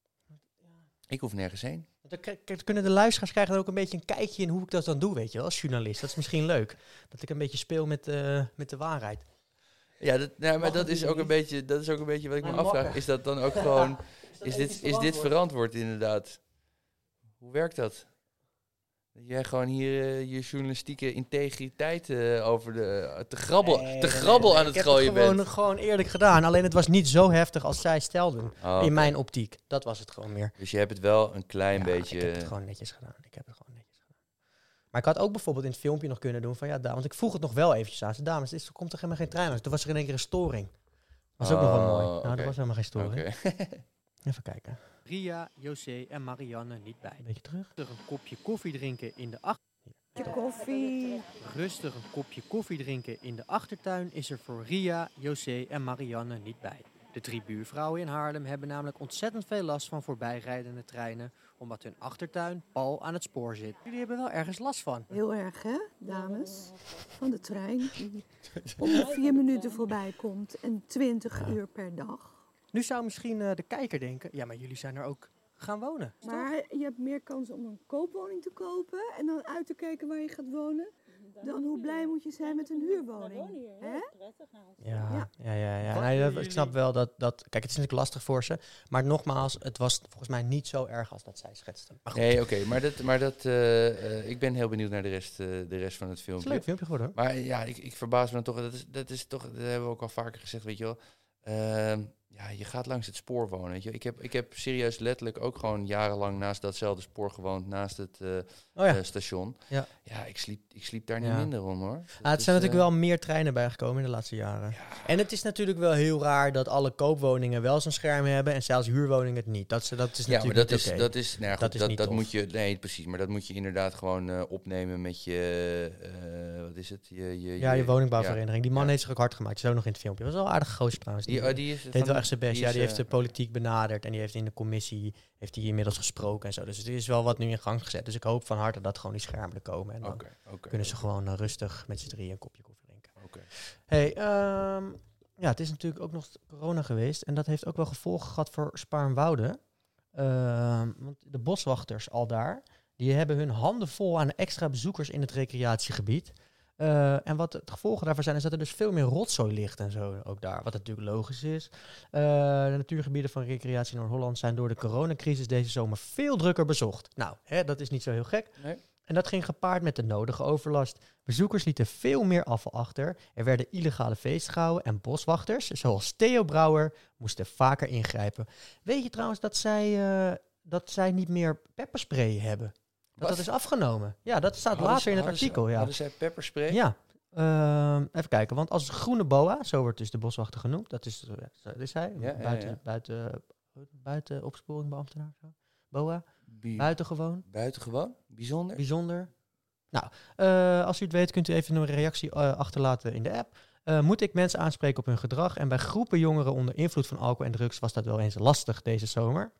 Ik hoef nergens heen. Dan kunnen de luisteraars krijgen dan ook een beetje een kijkje in hoe ik dat dan doe, weet je wel, als journalist. Dat is misschien leuk. Dat ik een beetje speel met de waarheid. Ja, maar Mag dat is natuurlijk ook een beetje, wat ik me Maar afvraag. mag. Is dat dan ook gewoon, is dit verantwoord? verantwoord inderdaad? Hoe werkt dat? Dat jij gewoon hier je journalistieke integriteit over te grabbel aan het gooien bent. Ik heb het gewoon eerlijk gedaan. Alleen het was niet zo heftig als zij stelden. Oh, oké. In mijn optiek. Dat was het gewoon meer. Dus je hebt het wel een klein Ja, beetje... ik heb het gewoon netjes gedaan. Maar ik had ook bijvoorbeeld in het filmpje nog kunnen doen van ja, want ik vroeg het nog wel eventjes aan ze. Dames, er komt er helemaal geen trein langs. Toen was er in één keer een storing. Was ook nog wel mooi. Nou, oké. er was helemaal geen storing. Oké. Even kijken. Ria, José en Marianne niet bij. Een beetje terug. Rustig een kopje koffie drinken in de Koffie. Rustig een kopje koffie drinken in de achtertuin is er voor Ria, José en Marianne niet bij. De 3 buurvrouwen in Haarlem hebben namelijk ontzettend veel last van voorbijrijdende treinen, omdat hun achtertuin pal aan het spoor zit. Jullie hebben wel ergens last van. Heel erg, hè, dames? Van de trein die om de 4 minuten voorbij komt en 20 uur per dag. Nu zou misschien de kijker denken, ja, maar jullie zijn er ook gaan wonen. Maar je hebt meer kans om een koopwoning te kopen en dan uit te kijken waar je gaat wonen, dan hoe blij moet je zijn met een huurwoning. Hè? Ja. Nee, ik snap wel dat... Kijk, het is natuurlijk lastig voor ze. Maar nogmaals, het was volgens mij niet zo erg als dat zij schetsten. Maar goed. Nee, oké. Maar dat ik ben heel benieuwd naar de rest van het Het is filmpje. een leuk filmpje geworden. Maar ja, ik verbaas me dan toch. Dat is toch, dat hebben we ook al vaker gezegd, weet je wel. Ja, je gaat langs het spoor wonen, weet je. Ik heb serieus letterlijk ook gewoon jarenlang naast datzelfde spoor gewoond, naast het station. Ja. Ja, ik sliep daar niet Ja. minder om, hoor. Het zijn natuurlijk wel meer treinen bijgekomen in de laatste jaren. Ja. En het is natuurlijk wel heel raar dat alle koopwoningen wel zo'n scherm hebben en zelfs huurwoningen het niet. Dat is Ja, natuurlijk maar niet oké. dat is, nou ja, Dat goed, is niet dat tof. moet je, nee, precies, maar dat moet je inderdaad gewoon opnemen met je, wat is het? je woningbouwvereniging. Die man Ja. heeft zich ook hard gemaakt. Die is ook nog in het filmpje. Dat was wel een aardige gozer trouwens. Die is deed wel echt zijn best. die Ja, is, die heeft de politiek benaderd en die heeft in de commissie inmiddels gesproken en zo. Dus er is wel wat nu in gang gezet. Dus ik hoop van harte dat gewoon die schermen er komen. En dan Oké. kunnen ze gewoon rustig met z'n drieën een kopje koffie drinken. Oké. Hey, ja, het is natuurlijk ook nog corona geweest. En dat heeft ook wel gevolgen gehad voor Spaarnwoude. Want de boswachters al daar, die hebben hun handen vol aan extra bezoekers in het recreatiegebied. En wat het gevolgen daarvan zijn, is dat er dus veel meer rotzooi ligt en zo ook daar. Wat natuurlijk logisch is. De natuurgebieden van Recreatie Noord-Holland zijn door de coronacrisis deze zomer veel drukker bezocht. Nou, dat is niet zo heel gek. Nee. En dat ging gepaard met de nodige overlast. Bezoekers lieten veel meer afval achter. Er werden illegale feesten gehouden en boswachters, zoals Theo Brouwer, moesten vaker ingrijpen. Weet je trouwens dat zij niet meer pepperspray hebben? Dat is afgenomen. Ja, dat staat later in het artikel. Ja. Hadden zij pepperspray? Ja. Even kijken, want als groene boa, zo wordt dus de boswachter genoemd, dat is hij, buiten opsporingbeambtenaar, zo. Boa, buitengewoon, Buitengewoon? Bijzonder? bijzonder. Nou, als u het weet, kunt u even een reactie achterlaten in de app. Moet ik mensen aanspreken op hun gedrag? En bij groepen jongeren onder invloed van alcohol en drugs was dat wel eens lastig deze zomer.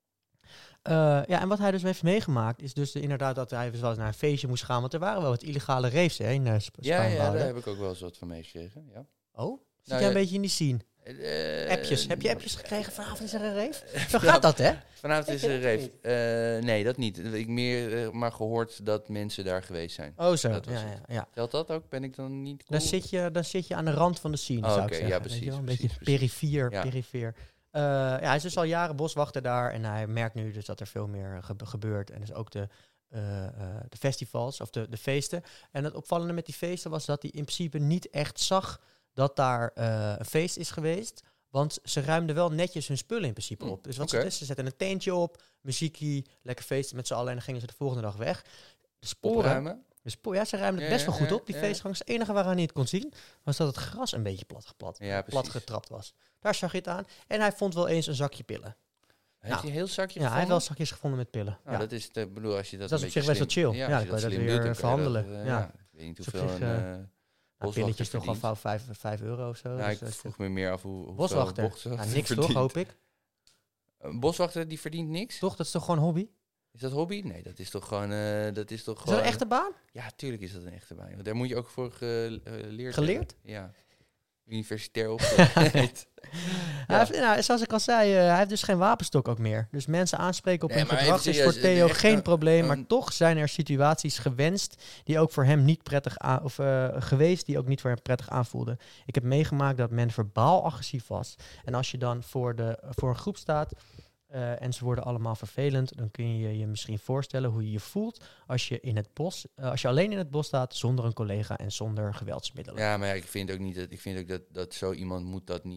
En wat hij dus heeft meegemaakt is dus inderdaad dat hij wel eens naar een feestje moest gaan. Want er waren wel wat illegale raves in Ja, Spaarnwoude. daar heb ik ook wel eens wat van meegekregen. Ja. Oh, zit Nou, jij een ja. beetje in die scene? Appjes. Heb je appjes gekregen vanavond is er een rave? Zo Ja. gaat dat, hè? Vanavond is er een rave. Nee, dat niet. Ik meer maar gehoord dat mensen daar geweest zijn. Oh, zo. Dat was Ja. Geldt dat ook? Ben ik dan niet cool? Dan zit je aan de rand van de scene, Oh, zou ik oké, zeggen. ja, Weet precies, je wel? Een precies, beetje precies. perifeer. Hij is dus al jaren boswachter daar en hij merkt nu dus dat er veel meer gebeurt. En dus ook de festivals of de feesten. En het opvallende met die feesten was dat hij in principe niet echt zag dat daar een feest is geweest. Want ze ruimden wel netjes hun spullen in principe op. Dus wat oké. ze zetten een tentje op, muziekie, lekker feesten met z'n allen en dan gingen ze de volgende dag weg. De sporen, Opruimen? ze ruimden het best wel goed op, die feestgangers. Het enige waaraan hij het kon zien, was dat het gras een beetje plat precies. getrapt was. Daar zag je het aan. En hij vond wel eens een zakje pillen. Heeft hij een heel zakje Ja, hij heeft gevonden? wel zakjes gevonden met pillen. Nou, ja. dat is, ik bedoel, als je dat Dat is een op zich beetje best wel slim- chill. Ja, Ja, als je dan kan je dat slim weer doet, dan kan je verhandelen. Ja. Ik weet niet Dus hoeveel op zich, een pilletjes toch al verdient. €5 of zo. Nou, Dus ik vroeg me meer af hoeveel boswachter. boswachter Niks verdient. toch, hoop ik? Een boswachter die verdient niks? Toch, dat is toch gewoon hobby? Is dat hobby? Nee, dat is toch gewoon... Is dat een echte baan? Ja, tuurlijk is dat een echte baan. Want daar moet je ook voor geleerd Geleerd? hebben. Ja. Universitair opgeleid. Hij heeft, zoals ik al zei, hij heeft dus geen wapenstok ook meer. Dus mensen aanspreken op Nee, hun maar gedrag even is voor serieus, Theo echt geen een- probleem. Maar een- toch zijn er situaties gewenst die ook voor hem niet prettig geweest, die ook niet voor hem prettig aanvoelden. Ik heb meegemaakt dat men verbaal agressief was. En als je dan voor een groep staat en ze worden allemaal vervelend, dan kun je je misschien voorstellen hoe je je voelt als je in het bos, als je alleen in het bos staat zonder een collega en zonder geweldsmiddelen. Ja, maar ja, ik vind ook dat zo iemand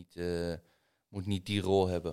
moet niet die rol hebben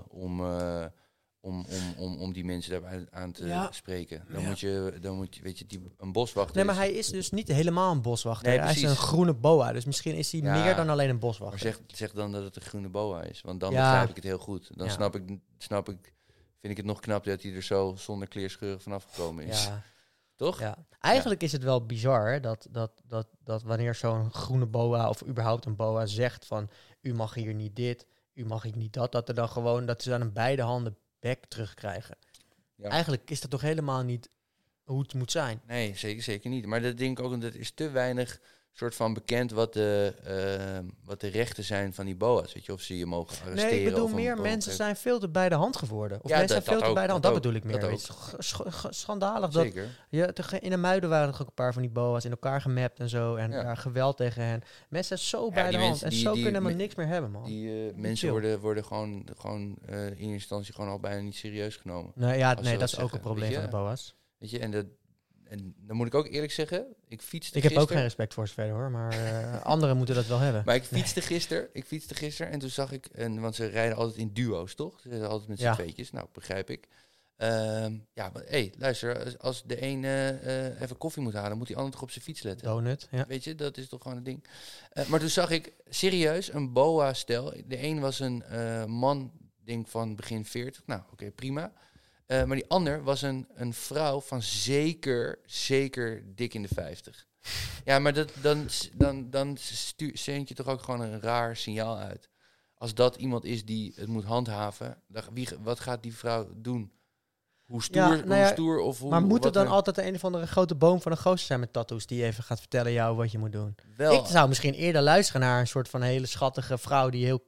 om die mensen daar aan te spreken. Dan moet je, weet je, een boswachter. Nee, maar hij is dus niet helemaal een boswachter. Nee, hij is precies. een groene boa, dus misschien is hij Ja, meer dan alleen een Maar boswachter. zeg dan dat het een groene boa is, want dan Ja. begrijp ik het heel goed. Dan Ja. vind ik het nog knap dat hij er zo zonder kleerscheuren vanaf gekomen is. Ja, Toch? ja. Eigenlijk is het wel bizar hè, dat wanneer zo'n groene boa of überhaupt een boa zegt van u mag hier niet dit mag ik niet dat er dan gewoon, dat ze dan een beide handen back terugkrijgen. Ja. Eigenlijk is dat toch helemaal niet hoe het moet zijn. Nee, zeker niet. Maar dat denk ik ook, dat is te weinig soort van bekend wat de rechten zijn van die boa's. Weet je, of ze je mogen arresteren. Nee, ik bedoel of een meer boa mensen krijgen. zijn veel te bij de hand geworden. Of Ja, mensen dat zijn veel te ook, bij de hand, dat dat bedoel ook, ik meer. dat Weet je. Schandalig dat Zeker. in de Muiden waren er ook een paar van die boa's in elkaar gemapt en zo. En Ja. daar geweld tegen hen. Mensen zijn zo bij die de hand. mensen En die- zo die kunnen helemaal me- niks meer hebben, man. Die chill. mensen worden gewoon in eerste instantie gewoon al bijna niet serieus genomen. Nee, Als ze dat dat is ook zeggen, een probleem weet van je? de boa's. Weet je, en dan moet ik ook eerlijk zeggen, ik fietste Ik heb ook gisteren. geen respect voor ze verder hoor, maar anderen moeten dat wel hebben. Maar ik fietste gisteren en toen zag ik, want ze rijden altijd in duo's, toch? Ze rijden altijd met z'n Ja. tweetjes, nou, begrijp ik. Ja, maar luister, als de een even koffie moet halen, moet die ander toch op zijn fiets letten. Donut, ja. Weet je, dat is toch gewoon een ding. Maar toen zag ik serieus een boa-stel. De een was een man, denk van begin 40. Nou, oké, prima. Maar die ander was een vrouw van zeker dik in de 50. Ja, maar dan zendt je toch ook gewoon een raar signaal uit. Als dat iemand is die het moet handhaven, wat gaat die vrouw doen? Hoe stoer of hoe... Maar moet wat er dan er- altijd een of andere grote boom van een gozer zijn met tattoos die even gaat vertellen jou wat je moet doen? Wel, Ik zou misschien eerder luisteren naar een soort van hele schattige vrouw die heel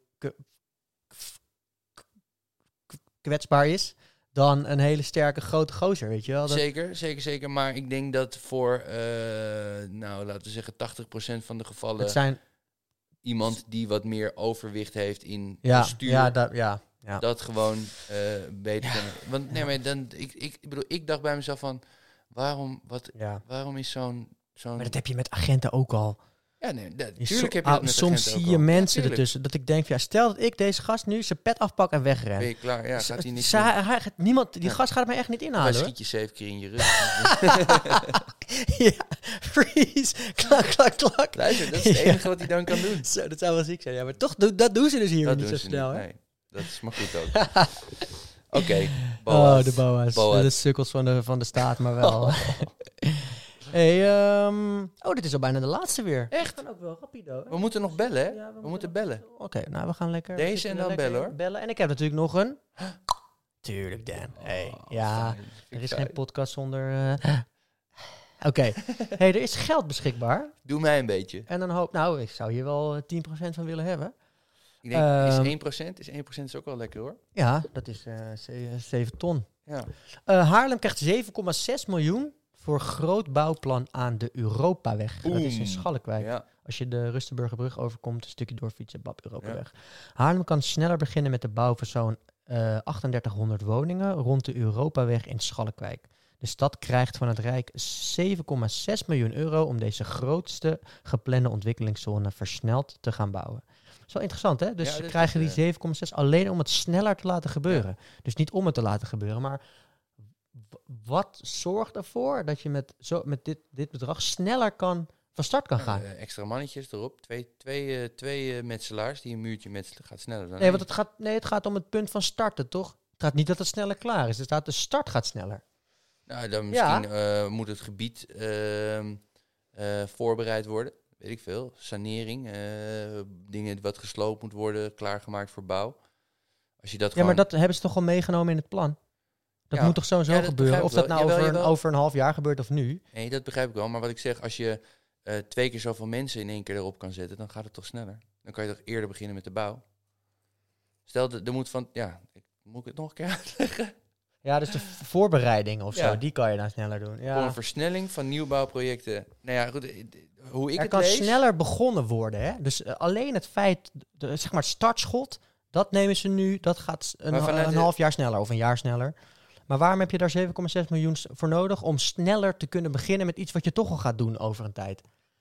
kwetsbaar is, dan een hele sterke grote gozer, weet je wel? Dat, Zeker. Maar ik denk dat voor, laten we zeggen, 80% van de gevallen het zijn, iemand die wat meer overwicht heeft in ja, bestuur, ja. dat gewoon beter kan. Want nee, maar dan, ik bedoel, ik dacht bij mezelf van, waarom is zo'n... Maar dat heb je met agenten ook al. Ja, nee, Je natuurlijk heb je dat met soms agenten zie ook je al. mensen Ja, tuurlijk. ertussen dat ik denk, van, ja, stel dat ik deze gast nu zijn pet afpak en wegren. Ben je klaar? Ja, gaat hij niet Die Ja. gast gaat het mij echt niet Hij inhalen, hoor. schiet je 7 keer in je rug. Ja, freeze, klak. Luister, dat is het enige wat hij dan kan doen. Zo, dat zou wel ziek zijn. Ja, maar toch, dat doen ze dus hier Dat niet doen zo ze snel, niet. hè? Nee, dat is maar goed ook. Oké, Oh, de boa's. Boa's. De sukkels van de staat, maar wel. Hey, dit is al bijna de laatste weer. Echt? Kan ook wel rapido. We moeten nog bellen, hè? Ja, we moeten bellen. Oké, nou, we gaan lekker... Deze we zitten en dan lekker bellen, hoor. Bellen. En ik heb natuurlijk nog een... Tuurlijk, Dan. Hey, ja, Fijn. er is geen podcast zonder... Oké. Hey, er is geld beschikbaar. Doe mij een beetje. En dan ik zou hier wel 10% van willen hebben. Ik denk, Ehm, is 1% is ook wel lekker, hoor. Ja, dat is 7 ton. Ja. Haarlem krijgt 7,6 miljoen voor groot bouwplan aan de Europaweg. Dat is in Schalkwijk. Ja. Als je de Rustenburgerbrug overkomt, een stukje doorfietsen, bab, Europaweg. Haarlem kan sneller beginnen met de bouw van zo'n 3800 woningen rond de Europaweg in Schalkwijk. De stad krijgt van het Rijk 7,6 miljoen euro om deze grootste geplande ontwikkelingszone versneld te gaan bouwen. Dat is wel interessant, hè? Dus Ja, ze dat krijgen is, die 7,6 alleen om het sneller te laten gebeuren. Dus niet om het te laten gebeuren, maar wat zorgt ervoor dat je met dit bedrag sneller van start kan gaan? Extra mannetjes erop. Twee metselaars die een muurtje metselen. Gaat sneller dan Nee, één. want het gaat om het punt van starten, toch? Het gaat niet dat het sneller klaar is. Het staat de start gaat sneller. Nou, dan misschien moet het gebied voorbereid worden. Weet ik veel. Sanering. Dingen wat gesloopt moet worden. Klaargemaakt voor bouw. Als je dat Ja, gewoon... maar dat hebben ze toch al meegenomen in het plan? Dat Ja. moet toch sowieso Ja, dat gebeuren? begrijp Of ik dat wel. nou Jawel. over een half jaar gebeurt of nu? Nee, dat begrijp ik wel. Maar wat ik zeg, als je 2 keer zoveel mensen in 1 keer erop kan zetten, dan gaat het toch sneller. Dan kan je toch eerder beginnen met de bouw. Stel, er moet van... Ja, moet ik het nog een keer uitleggen? Ja, dus de voorbereiding of Ja. zo, die kan je dan sneller doen. Voor Ja. een versnelling van nieuwbouwprojecten. Nou ja, goed, hoe ik Er het kan lees... sneller begonnen worden, hè? Dus alleen het feit, zeg maar het startschot, dat nemen ze nu, dat gaat Maar vanuit een de- half jaar sneller of een jaar sneller. Maar waarom heb je daar 7,6 miljoen voor nodig om sneller te kunnen beginnen met iets wat je toch al gaat doen over een tijd?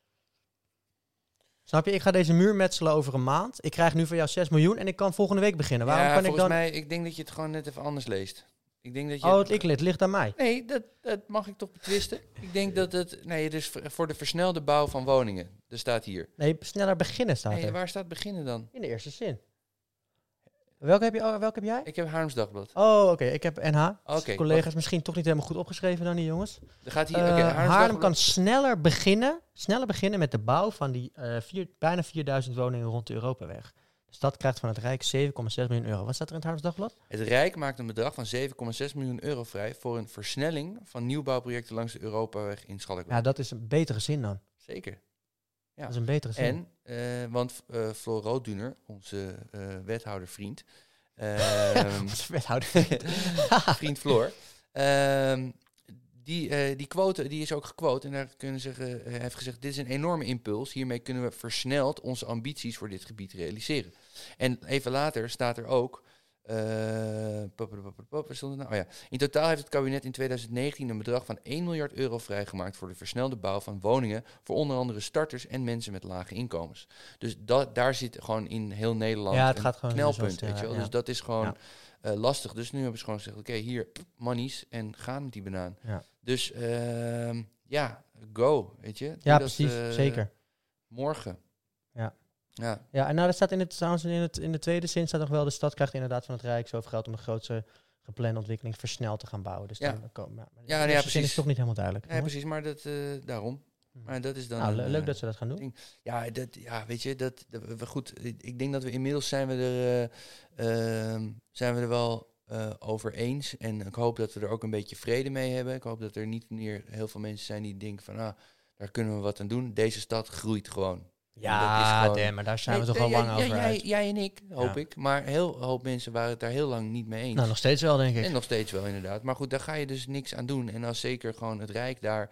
Snap je? Ik ga deze muur metselen over een maand. Ik krijg nu van jou 6 miljoen en ik kan volgende week beginnen. Waarom ja, kan ik volgens dan... mij, ik denk dat je het gewoon net even anders leest. Ik denk dat je... Oh, het ligt aan mij. Nee, dat mag ik toch betwisten. Ik denk dat het... Nee, dus voor de versnelde bouw van woningen. Er staat hier. Nee, sneller beginnen staat Nee, er. waar staat beginnen dan? In de eerste zin. Welke heb jij? Ik heb Haarlems Dagblad. Oh, oké. Ik heb NH. Oké, Collega's misschien toch niet helemaal goed opgeschreven dan die jongens. Er gaat hier... Haarlem Dagblad. kan sneller beginnen met de bouw van die bijna 4000 woningen rond de Europaweg. Stad krijgt van het Rijk 7,6 miljoen euro. Wat staat er in het Haarlems Dagblad? Het Rijk maakt een bedrag van 7,6 miljoen euro vrij voor een versnelling van nieuwbouwprojecten langs de Europaweg in Schalkwijk. Ja, dat is een betere zin dan. Zeker. Ja. Dat is een betere zin. En, want Floor Roodduner, onze wethoudervriend, Onze wethouder. vriend Floor, die quote, die is ook gequote en daar kunnen ze hij heeft gezegd, dit is een enorme impuls. Hiermee kunnen we versneld onze ambities voor dit gebied realiseren. En even later staat er ook, waar stond het nou? Oh ja. In totaal heeft het kabinet in 2019 een bedrag van 1 miljard euro vrijgemaakt voor de versnelde bouw van woningen voor onder andere starters en mensen met lage inkomens. Dus daar zit gewoon in heel Nederland Ja, het een gaat gewoon knelpunt, zoals, weet je wel. ja. Dus dat is gewoon lastig. Dus nu hebben ze gewoon gezegd, oké, hier, monies en gaan met die banaan. Ja. Dus go, weet je. Ja, Dat, precies. Zeker. Morgen. Ja. Ja. Ja, en nou, dat staat in de tweede zin staat nog wel, de stad krijgt inderdaad van het Rijk zoveel geld om de grootste geplande ontwikkeling versneld te gaan bouwen. Dus Ja. dan komen, Ja, de nee, eerste zin precies. is toch niet helemaal duidelijk. Ja, precies, maar dat daarom. Maar dat is dan... Nou, een, leuk dat ze dat gaan doen. Ja, weet je, goed. Ik denk dat we inmiddels zijn we er wel over eens. En ik hoop dat we er ook een beetje vrede mee hebben. Ik hoop dat er niet meer heel veel mensen zijn die denken van, daar kunnen we wat aan doen. Deze stad groeit gewoon. Ja, gewoon, maar daar zijn we toch al lang over uit. Jij en ik, hoop ik. Maar heel hoop mensen waren het daar heel lang niet mee eens. Nou, nog steeds wel, denk ik. En nog steeds wel, inderdaad. Maar goed, daar ga je dus niks aan doen. En als zeker gewoon het Rijk daar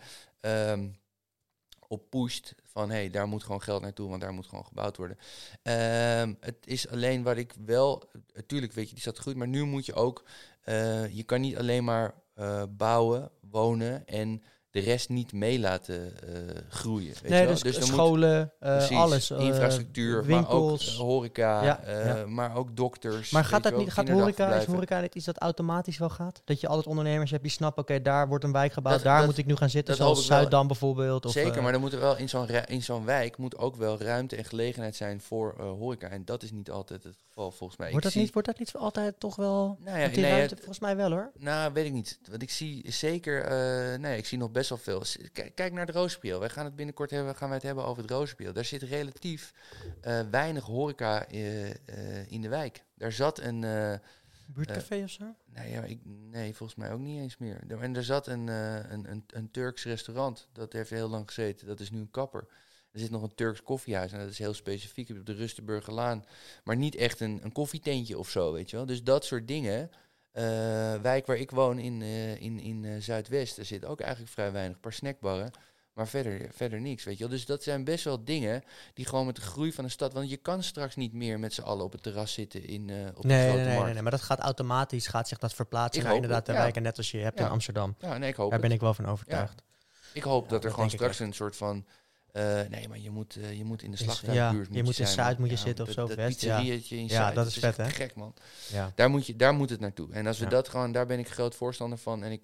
op pusht van, daar moet gewoon geld naartoe, want daar moet gewoon gebouwd worden. Het is alleen wat ik wel... Natuurlijk, weet je, die stad groeit, maar nu moet je ook... je kan niet alleen maar bouwen, wonen en de rest niet mee laten groeien. Weet Nee, je wel? dus dan scholen, precies, alles. Infrastructuur, winkels. maar ook horeca, Ja. Maar ook dokters. Maar weet gaat je dat wel, niet? Gaat kinderdagverblijven. is horeca niet iets dat automatisch wel gaat? Dat je altijd ondernemers hebt die snappen, oké, daar wordt een wijk gebouwd, Dat- daar dat- moet ik nu gaan zitten, dat hoop zoals ik wel. Zuiddam bijvoorbeeld. Of, Zeker, maar dan moet er wel in zo'n wijk moet ook wel ruimte en gelegenheid zijn voor horeca. En dat is niet altijd het geval, volgens mij. Wordt dat niet altijd toch wel... Nou ja, want die nee, ruimte, volgens mij wel, hoor. Nou, weet ik niet. Want ik zie zeker... ik zie nog best wel veel. Kijk naar de Rozenpriel. Wij gaan het binnenkort hebben over het Rozenpriel. Daar zit relatief weinig horeca in de wijk. Daar zat een... Buurtcafé of zo? Nee, volgens mij ook niet eens meer. En er zat een Turks restaurant. Dat heeft heel lang gezeten. Dat is nu een kapper. Er zit nog een Turks koffiehuis. En dat is heel specifiek op de Rustenburgerlaan. Maar niet echt een koffietentje of zo, weet je wel. Dus dat soort dingen... wijk waar ik woon in Zuidwest, er zit ook eigenlijk vrij weinig. Een paar snackbarren, maar verder niks, weet je wel. Dus dat zijn best wel dingen die gewoon met de groei van een stad... Want je kan straks niet meer met z'n allen op het terras zitten op de grote markt. Nee, maar dat gaat automatisch, gaat zich dat verplaatsen Ik naar hoop inderdaad de het, ja. wijken, net als je hebt in Amsterdam. Ja, nee, ik hoop Daar ben het. ik wel van overtuigd. Ik hoop dat er dat gewoon denk ik straks een soort van... maar je moet in de Slachthuisbuurt je moet in zijn, Zuid man. moet je zitten of zo, dat West. pizzeriaatje in Ja, Zuid, dat is vet, echt hè? gek, man. Ja. Daar moet het naartoe. En als we dat gewoon, daar ben ik groot voorstander van. En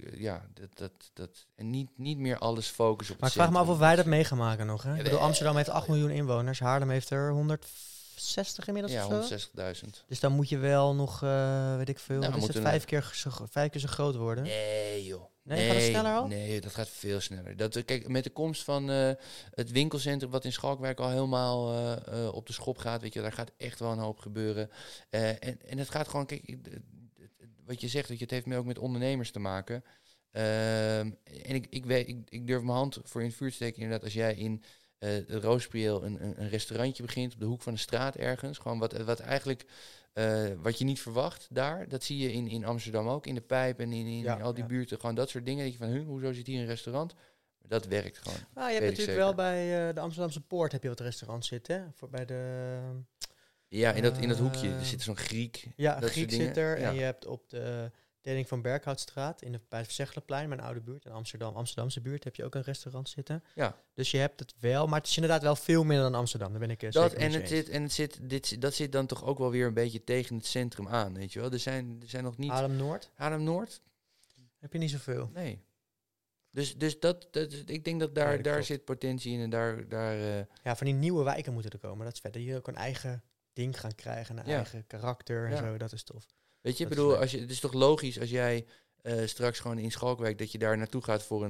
en niet meer alles focussen op Maar het ik vraag me af centrum. of wij dat mee gaan maken nog. Hè? Ja, Ik bedoel, Amsterdam heeft 8 miljoen inwoners. Haarlem heeft er 160 inmiddels Ja, of zo. 160.000. Dus dan moet je wel nog, weet ik veel, Nou, wat is moeten het, we- 5 keer zo groot worden. Nee, joh. Nee, gaat het sneller al? Nee, dat gaat veel sneller. Kijk, met de komst van het winkelcentrum wat in Schalkwijk al helemaal op de schop gaat, weet je, daar gaat echt wel een hoop gebeuren. En het gaat gewoon, kijk, wat je zegt, het heeft ook met ondernemers te maken. En ik durf mijn hand voor in het vuur te steken, inderdaad, als jij in de Roospriel een restaurantje begint op de hoek van de straat ergens, gewoon wat eigenlijk... wat je niet verwacht daar, dat zie je in Amsterdam ook, in de Pijp en in al die buurten. Gewoon dat soort dingen. Dat je van, hoezo zit hier een restaurant? Maar dat werkt gewoon. Nou, je hebt natuurlijk wel bij de Amsterdamse Poort heb je wat restaurants zitten. Hè? Bij de... Ja, in dat hoekje. Er zit zo'n Griek. Ja, dat een soort Griek dingen. zit er. Ja. En je hebt op de deling van Berkhoutstraat, bij het Verzeglerplein, mijn oude buurt, in Amsterdamse buurt, heb je ook een restaurant zitten. Ja. Dus je hebt het wel, maar het is inderdaad wel veel minder dan Amsterdam. Daar ben ik zeker mee eens. Dat zit dan toch ook wel weer een beetje tegen het centrum aan, weet je wel. Er zijn nog niet... Haarlem-Noord? Haarlem-Noord? Heb je niet zoveel. Nee. Dus ik denk dat daar zit potentie in en daar Ja, van die nieuwe wijken moeten er komen. Dat is vet. Dat je ook een eigen ding gaan krijgen, een eigen karakter en zo. Dat is tof. Weet je, ik Dat bedoel, is het is toch logisch als jij straks gewoon in Schalkwijk, dat je daar naartoe gaat voor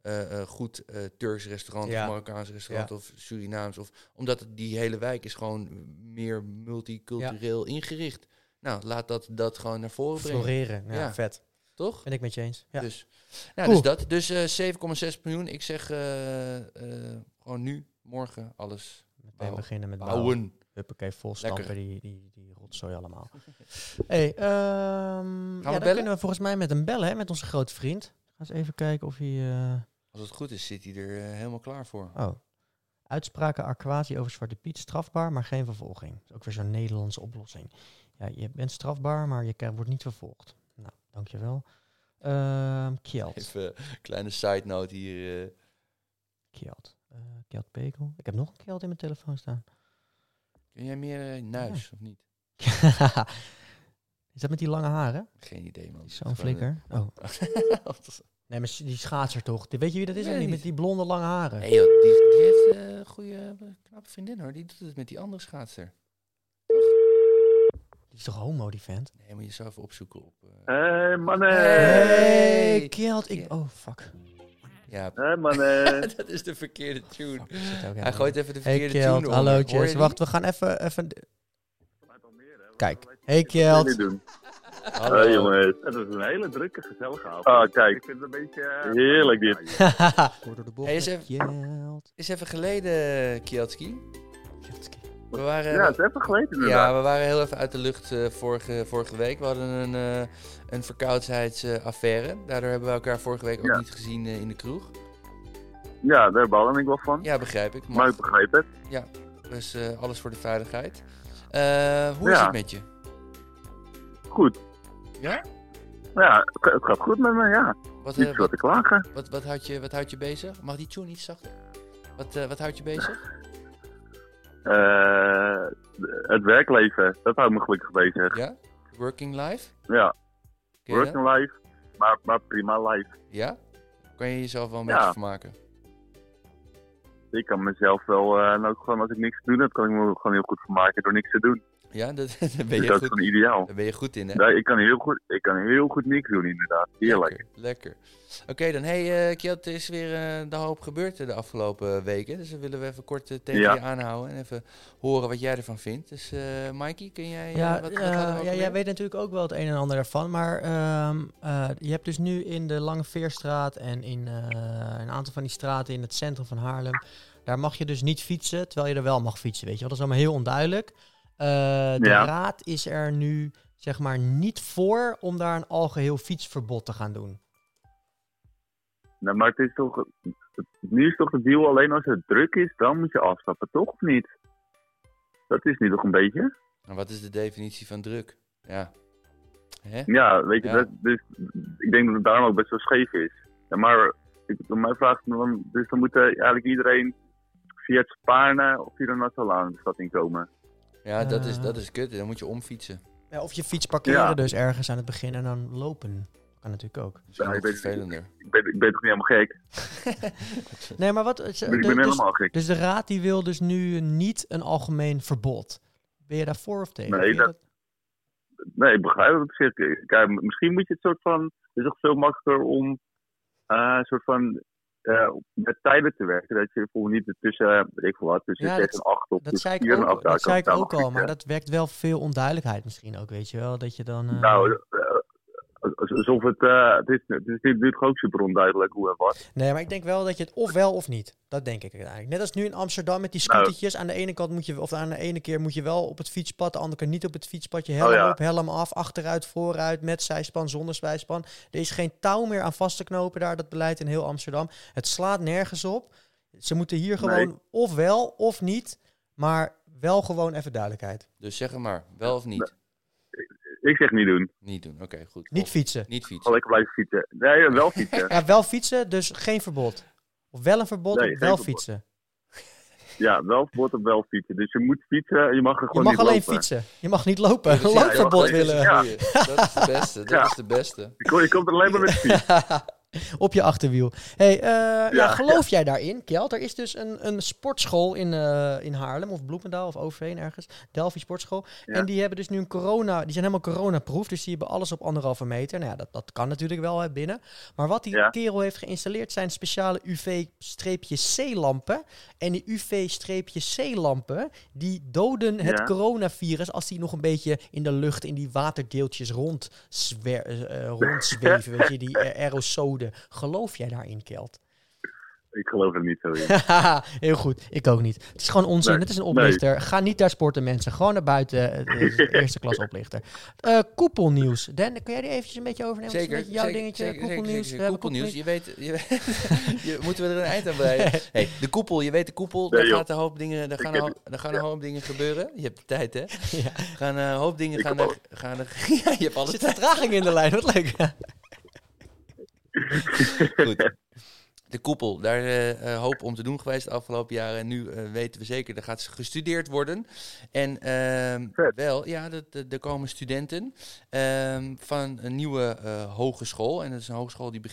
goed Turks restaurant Ja. of Marokkaans restaurant Ja. of Surinaams. Die hele wijk is gewoon meer multicultureel ingericht. Nou, laat dat gewoon naar voren brengen. Floreren. Ja, Ja. vet. Toch? Ben ik met je eens. Ja. Dus, nou, Cool. dus dat. Dus 7,6 miljoen. Ik zeg gewoon nu, morgen, alles Meteen beginnen met bouwen. bouwen. Huppakee, vol stampen Lekker. die rotzooi allemaal. Hey, dan bellen? kunnen we volgens mij met hem bellen, hè, met onze grote vriend. Ga eens even kijken of hij... Als het goed is, zit hij er helemaal klaar voor. Oh. Uitspraken Arquati over Zwarte Piet strafbaar, maar geen vervolging. Dat is ook weer zo'n Nederlandse oplossing. Ja, je bent strafbaar, maar je wordt niet vervolgd. Nou, dankjewel. Kjeld. Even een kleine side note hier. Kjeld. Kjeld Pekel. Ik heb nog een Kjeld in mijn telefoon staan. Kun jij meer nuis, of niet? Is dat met die lange haren? Geen idee, man. Zo'n flikker. Oh. Nee, maar die schaatser toch? Weet je wie dat is? Weet Die ik met niet. die blonde lange haren. Nee, joh, die heeft een goede, knappe vriendin, hoor. Die doet het met die andere schaatser. Die is toch homo, die vent? Nee, moet je zo even opzoeken op... Hey mannen! Hey, Kjeld. Oh, fuck. Ja, Hey mannen! dat is de verkeerde tune. Zit ook Hij helemaal gooit even de Hey verkeerde Kjeld, tune om. Hoor hallootjes. je Wacht, we gaan even... Kijk. Hey Kjeld. doen? Hallo. Hey jongens. Het is een hele drukke, gezellige avond. Ah, kijk. Ik vind het een beetje... heerlijk dit. Door de bocht Hey, eens met even- Kjeld. Is even geleden, Kjeldski. We waren, Ja, het is even geleden ja, inderdaad. we waren heel even uit de lucht vorige week. We hadden een verkoudheidsaffaire. Daardoor hebben we elkaar vorige week ook Ja. niet gezien in de kroeg. Ja, daar ballen ik wel van. Ja, begrijp ik. Maar ik begreep het. Dus alles voor de veiligheid. Hoe is Ja. het met je? Goed. Ja? Ja, het gaat goed met me, ja. Wat, Niets wat te klagen. wat houdt je bezig? Mag die tune iets zachter? Wat houdt je bezig? Het werkleven, dat houdt me gelukkig bezig. Ja? Working life? Ja, Ken je dat? working life, maar prima life. Ja? Kan je jezelf wel een Ja. beetje vermaken? Ik kan mezelf wel, en ook gewoon als ik niks te doen heb, kan ik me gewoon heel goed vermaken door niks te doen. Ja, daar Dus ben je dat is goed. gewoon ideaal. Daar ben je goed in, hè? Nee, ik kan heel goed niks doen inderdaad. Heerlijk. Lekker. Oké dan. Hey, Kjeld, er is weer de hoop gebeurd de afgelopen weken. Dus dan willen we even kort tegen Ja. je aanhouden en even horen wat jij ervan vindt. Dus Mikey, kun jij Ja, wat hadden we ook jij alweer? weet natuurlijk ook wel het een en ander daarvan. Maar je hebt dus nu in de Lange Veerstraat en in een aantal van die straten in het centrum van Haarlem... Daar mag je dus niet fietsen, terwijl je er wel mag fietsen. Weet je wel, dat is allemaal heel onduidelijk. De Ja. raad is er nu, zeg maar, niet voor om daar een algeheel fietsverbod te gaan doen. Nou, maar het is toch, nu is toch de deal alleen als het druk is, dan moet je afstappen, toch of niet? Dat is nu toch een beetje? Nou, wat is de definitie van druk? Ja. Hè? Ja, weet je, Ja. dus ik denk dat het daarom ook best wel scheef is. Ja, maar mijn vraag is dan, dus dan moet eigenlijk iedereen via het Spaarne of via de Nassaulaan de stad inkomen. Ja, dat is kut. Dan moet je omfietsen. Ja, of je fiets parkeren Ja. dus ergens aan het begin en dan lopen. Kan natuurlijk ook. Dat is Ja, nog ik weet- vervelender. Ik ben toch niet helemaal gek? Nee, maar wat... Ik ben helemaal gek. Dus de raad die wil dus nu niet een algemeen verbod. Ben je daar voor of tegen? Nee, Vind je Nee, ik begrijp het op zich. Kijk, misschien moet je het soort van... Het is toch veel makkelijker om soort van met tijden te werken. Dat je bijvoorbeeld niet tussen, weet ik veel wat, tussen Ja, 6 dat- en 8 of Dat tussen zei ik 4 en 8 ook, dat zei ik kan ook al, fietsen. maar dat werkt wel veel onduidelijkheid misschien ook, weet je wel. Dat je dan... Nou, alsof het is natuurlijk ook super onduidelijk hoe en wat. Nee, maar ik denk wel dat je het of wel of niet. Dat denk ik uiteindelijk. Net als nu in Amsterdam met die scootertjes. Aan de ene kant moet je, of aan de ene keer moet je wel op het fietspad, de andere keer niet op het fietspadje. Helm ja. op, helm af, achteruit, vooruit, met zijspan, zonder zijspan. Er is geen touw meer aan vast te knopen daar, dat beleid in heel Amsterdam. Het slaat nergens op. Ze moeten hier gewoon of wel of niet, maar wel gewoon even duidelijkheid. Dus zeg maar, wel of niet? Ik zeg niet doen. Niet doen, oké, goed. Niet Of fietsen. Niet Gewoon fietsen. lekker blijven fietsen. Nee, wel fietsen. Ja, wel fietsen, dus geen verbod. Of wel een verbod, Nee, of geen wel verbod. fietsen. Ja, wel verbod op wel fietsen. Dus je moet fietsen, je mag er Je gewoon mag niet alleen lopen. fietsen. Je mag niet lopen. Dus Een ja, loopverbod dat is willen. een Ja. goeie. Dat is de beste, dat Ja. is de beste. Je komt er alleen maar met de fiets. Op je achterwiel. Hey, geloof jij daarin, Kjeld? Er is dus een sportschool in Haarlem of Bloemendaal of Overveen ergens. Delphi Sportschool. Ja. En die hebben dus nu die zijn helemaal coronaproof. Dus die hebben alles op 1,5 meter. Nou ja, dat kan natuurlijk wel binnen. Maar wat die kerel heeft geïnstalleerd zijn speciale UV-C-lampen. En die UV-C-lampen die doden het coronavirus als die nog een beetje in de lucht in die waterdeeltjes rondzweven. Weet je, die aerosoden. Geloof jij daarin, Kjeld? Ik geloof er niet zo in. Heel goed, ik ook niet. Het is gewoon onzin, het is een oplichter. Ga niet daar sporten, mensen. Gewoon naar buiten, eerste klas oplichter. Koepelnieuws. Dan, kun jij die eventjes een beetje overnemen? Zeker. Een beetje jouw dingetje, koepelnieuws. Zeker. Koepelnieuws. Je weet, moeten we er een eind aan breien? Hey, de koepel, je weet de koepel, daar gaan een hoop dingen, een hoop dingen gebeuren. Je hebt de tijd, hè? Ja. Gaan een hoop dingen gaan er. Ja, je hebt alle zit tijd. vertraging in de lijn, wat leuk. Goed. De koepel, daar hoop om te doen geweest de afgelopen jaren. En nu weten we zeker, er gaat gestudeerd worden. En er komen studenten van een nieuwe hogeschool. En dat is een hogeschool die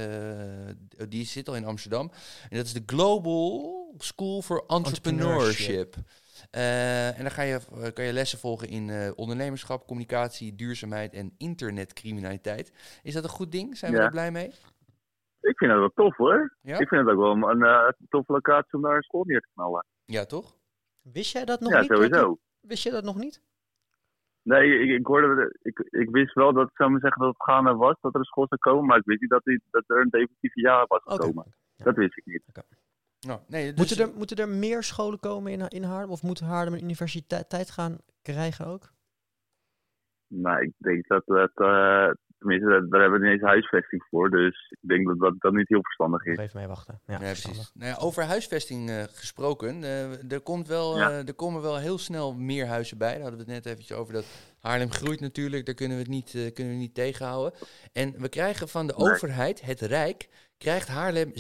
die zit al in Amsterdam. En dat is de Global School for Entrepreneurship. En dan kan je lessen volgen in ondernemerschap, communicatie, duurzaamheid en internetcriminaliteit. Is dat een goed ding? Zijn we er blij mee? Ik vind het wel tof, hoor. Ja? Ik vind het ook wel een toffe locatie om daar een school neer te knallen. Ja, toch? Wist jij dat nog Ja, niet? sowieso. Wist je dat nog niet? Nee, ik wist wel dat, zou maar zeggen, dat het gaande was, dat er een school zou komen, maar ik wist niet dat er een definitieve jaar was gekomen. Okay. Dat wist ik niet. Okay. Nou, nee, dus moeten er meer scholen komen in Haarlem? Of moet Haarlem een universiteit gaan krijgen ook? Nou, ik denk dat tenminste, daar hebben we niet eens huisvesting voor, dus ik denk dat dat niet heel verstandig is. Even mee wachten. Ja, precies. Nou ja, over huisvesting gesproken, er komen wel heel snel meer huizen bij. Daar hadden we het net eventjes over, dat Haarlem groeit natuurlijk, daar kunnen we het niet tegenhouden. En we krijgen van de overheid, het Rijk, krijgt Haarlem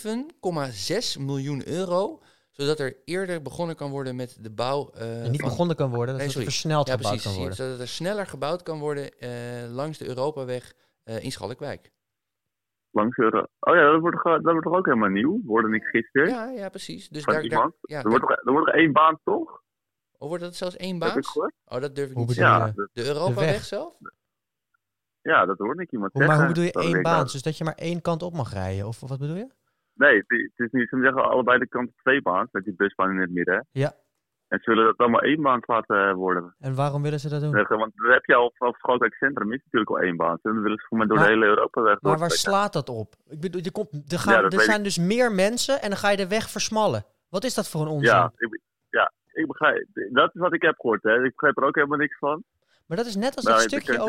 7,6 miljoen euro, zodat er eerder begonnen kan worden met de bouw. Begonnen kan worden, dat het versneld gebouwd kan worden. Zodat er sneller gebouwd kan worden langs de Europaweg in Schalkwijk. Langs de Oh ja, dat wordt toch ook helemaal nieuw? Hoorde ik gisteren. Ja, precies. Dus er wordt nog één baan, toch? Oh, wordt dat zelfs één baan? Dat durf ik niet te zeggen. De Europaweg zelf? Ja, dat hoorde ik iemand zeggen. Maar hoe bedoel je één baan? Dus dat je maar één kant op mag rijden? Of wat bedoel je? Nee, het is niet, ze zeggen allebei de kanten 2 baans, met die busbaan in het midden. Ja. En ze willen dat allemaal 1 baan laten worden. En waarom willen ze dat doen? Want dan heb je al vanaf Schalkwijk Centrum is natuurlijk al 1 baan. En dan willen ze voor mij door de hele Europaweg. Maar waar slaat dat op? Ik bedoel, er zijn dus meer mensen en dan ga je de weg versmallen. Wat is dat voor een onzin? Ik begrijp. Dat is wat ik heb gehoord, hè. Ik begrijp er ook helemaal niks van. Maar dat is net als dat stukje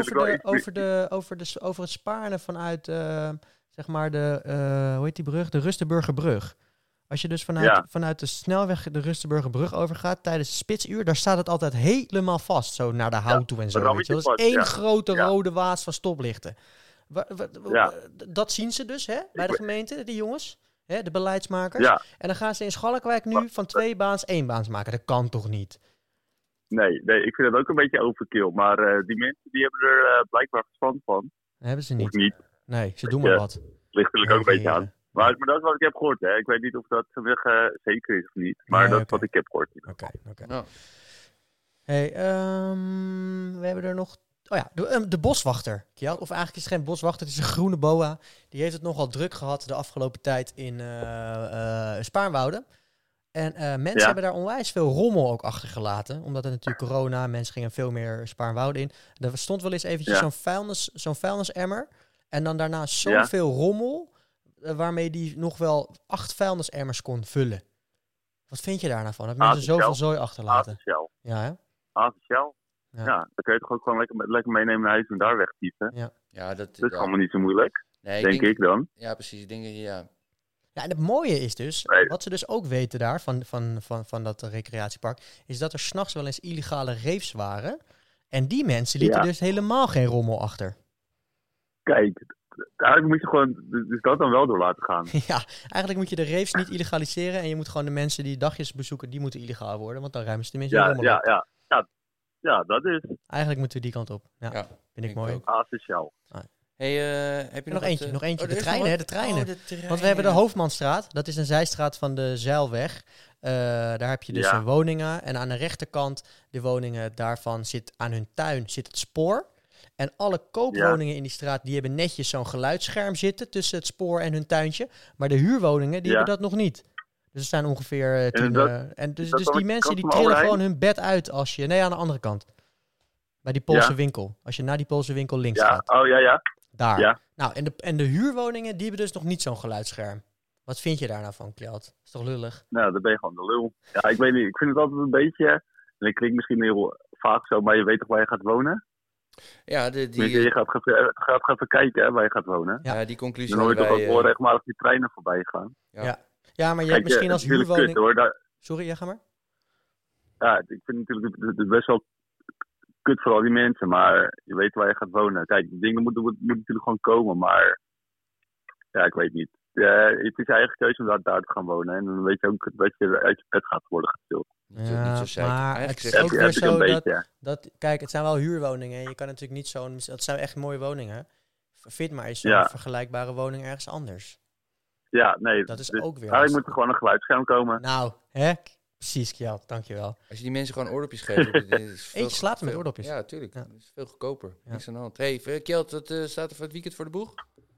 over het Spaarne vanuit, zeg maar hoe heet die brug? De Rustenburgerbrug. Als je dus vanuit de snelweg de Rustenburgerbrug overgaat tijdens het spitsuur, daar staat het altijd helemaal vast, zo naar de hout toe en zo. Weet je. Dat is één grote rode waas van stoplichten. Dat zien ze dus bij de gemeente, die jongens, de beleidsmakers. Ja. En dan gaan ze in Schalkwijk nu van 2 baans 1 baans maken. Dat kan toch niet? Nee, ik vind dat ook een beetje overkill. Maar die mensen die hebben er blijkbaar verstand van. Hebben ze niet. Of niet. Nee, ze doen maar wat. Ligt natuurlijk ook een beetje aan. Maar dat is wat ik heb gehoord, hè. Ik weet niet of dat zeker is of niet. Maar dat is wat ik heb gehoord. Oké. Nou. Hey, we hebben er nog... Oh ja, de boswachter. Kjeld. Of eigenlijk is het geen boswachter, het is een groene boa. Die heeft het nogal druk gehad de afgelopen tijd in Spaarnwoude. En mensen hebben daar onwijs veel rommel ook achtergelaten. Omdat het natuurlijk corona, mensen gingen veel meer Spaarnwoude in. Er stond wel eens eventjes zo'n vuilnisemmer. En dan daarna zoveel rommel, waarmee die nog wel 8 vuilnisemmers kon vullen. Wat vind je daar nou van? Dat mensen zoveel zooi achterlaten? Asociaal. Ja, hè? Asociaal. Ja, dan kun je toch ook gewoon lekker meenemen naar huis en daar wegtypen. Ja, dat is allemaal niet zo moeilijk. Nee, denk ik dan. Ja, precies. Ik denk ja. Ja, en het mooie is dus, wat ze dus ook weten daar van dat recreatiepark, is dat er 's nachts wel eens illegale raves waren. En die mensen lieten dus helemaal geen rommel achter. Kijk, eigenlijk moet je gewoon dus dat dan wel door laten gaan. Ja, eigenlijk moet je de raves niet illegaliseren en je moet gewoon de mensen die dagjes bezoeken, die moeten illegaal worden, want dan ruimen ze tenminste rommel op. Ja, dat is. Eigenlijk moeten we die kant op. Ja. Vind ik mooi. Asociaal. Hey, heb je Nog eentje. Oh, De er is treinen, nog hè, wat? de treinen. Oh, de treinen. Want we hebben de Hoofdmanstraat. Dat is een zijstraat van de Zeilweg. Daar heb je dus Ja. woningen. En aan de rechterkant, de woningen daarvan, zit aan hun tuin zit het spoor. En alle koopwoningen in die straat, die hebben netjes zo'n geluidsscherm zitten tussen het spoor en hun tuintje. Maar de huurwoningen, die Ja. hebben dat nog niet. Dus er staan ongeveer 10... en dus dat dan die de mensen kant die van trillen Albert gewoon hun bed uit als je... Nee, aan de andere kant. Bij die Poolse Ja. winkel. Als je naar die Poolse winkel links Ja, gaat. oh ja. Daar. Ja. Nou, en de huurwoningen, die hebben dus nog niet zo'n geluidsscherm. Wat vind je daar nou van, Kjeld? Is toch lullig? Nou, dan ben je gewoon de lul. Ja, ik weet niet. Ik vind het altijd een beetje... En ik klink misschien heel vaag zo, maar je weet toch waar je gaat wonen? Ja, Je gaat even kijken hè, waar je gaat wonen. Ja. die conclusie Dan hoor je hadden toch ook wij... wel regelmatig die treinen voorbij gaan. Ja, maar je Kijk, hebt misschien het als is natuurlijk huurwoning... kut, hoor. Sorry, ja, ga maar. Ja, ik vind natuurlijk het best wel kut voor al die mensen, maar je weet waar je gaat wonen. Kijk, die dingen moeten natuurlijk gewoon komen, maar ja, ik weet niet. Het is je eigen keuze om daar te gaan wonen. En dan weet je ook dat je uit je bed gaat worden gestild. Niet zo zeker. maar Eigenlijk het is zeg ook je- weer Heb ik een zo beetje. dat... Kijk, het zijn wel huurwoningen. Je kan natuurlijk niet zo'n... Dat zijn echt mooie woningen. Vind maar eens zo'n Ja. vergelijkbare woning ergens anders. Ja, nee. Dat is dus ook weer eigenlijk lastig. moet er gewoon een geluidsscherm komen. Nou, hè? Precies, Kjeld. Dankjewel. Als je die mensen gewoon oordopjes geeft... dan is het veel- Eentje slaat met veel- oordopjes. Ja, tuurlijk. Ja. Dat is veel goedkoper. Ja. Niks aan de hand. Hey, Kjeld, wat staat er voor het weekend voor de boeg?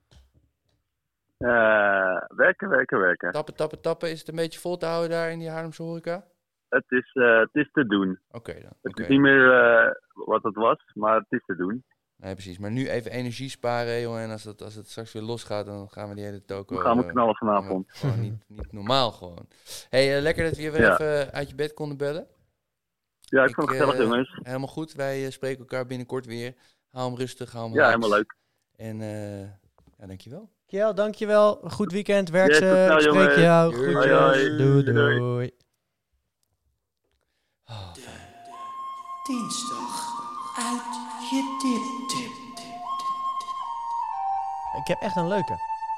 Werken. Tappen. Is het een beetje vol te houden daar in die Haarlemse horeca? Het is te doen. Oké dan. Het Oké. is niet meer wat het was, maar het is te doen. Nee, precies. Maar nu even energie sparen, jongen. En als het straks weer losgaat, dan gaan we die hele toko... We gaan we knallen vanavond. Gewoon niet normaal gewoon. Hey, lekker dat we je weer Ja. even uit je bed konden bellen. Ja, ik vond het gezellig, jongens. Helemaal goed. Wij spreken elkaar binnenkort weer. Hou hem rustig, hou hem Ja, relaxed. helemaal leuk. En ja, dankjewel. Kjeld, dankjewel. Goed weekend. Werk Yes, ze. tot snel, Spreek jongens. jou. Doei. Groetjes. Hoi, hoi. Doei, Doei. doei. Oh, Dinsdag uit je dip. Ik heb echt een leuke.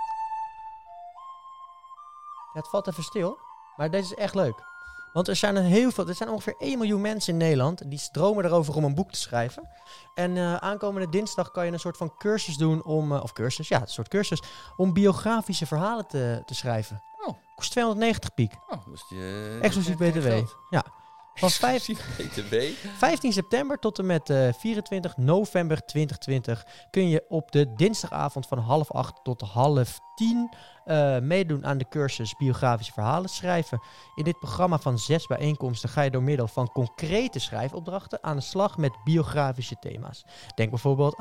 Ja, het valt even stil. Maar deze is echt leuk. Want er zijn ongeveer 1 miljoen mensen in Nederland die dromen erover om een boek te schrijven. En aankomende dinsdag kan je een soort van cursus doen om... een soort cursus om biografische verhalen te schrijven. Oh. Kost 290 piek. dus Exclusief BTW. Ja. Van 15 september tot en met 24 november 2020 kun je op de dinsdagavond van 7:30 tot 9:30 meedoen aan de cursus biografische verhalen schrijven. In dit programma van 6 bijeenkomsten ga je door middel van concrete schrijfopdrachten aan de slag met biografische thema's. Denk bijvoorbeeld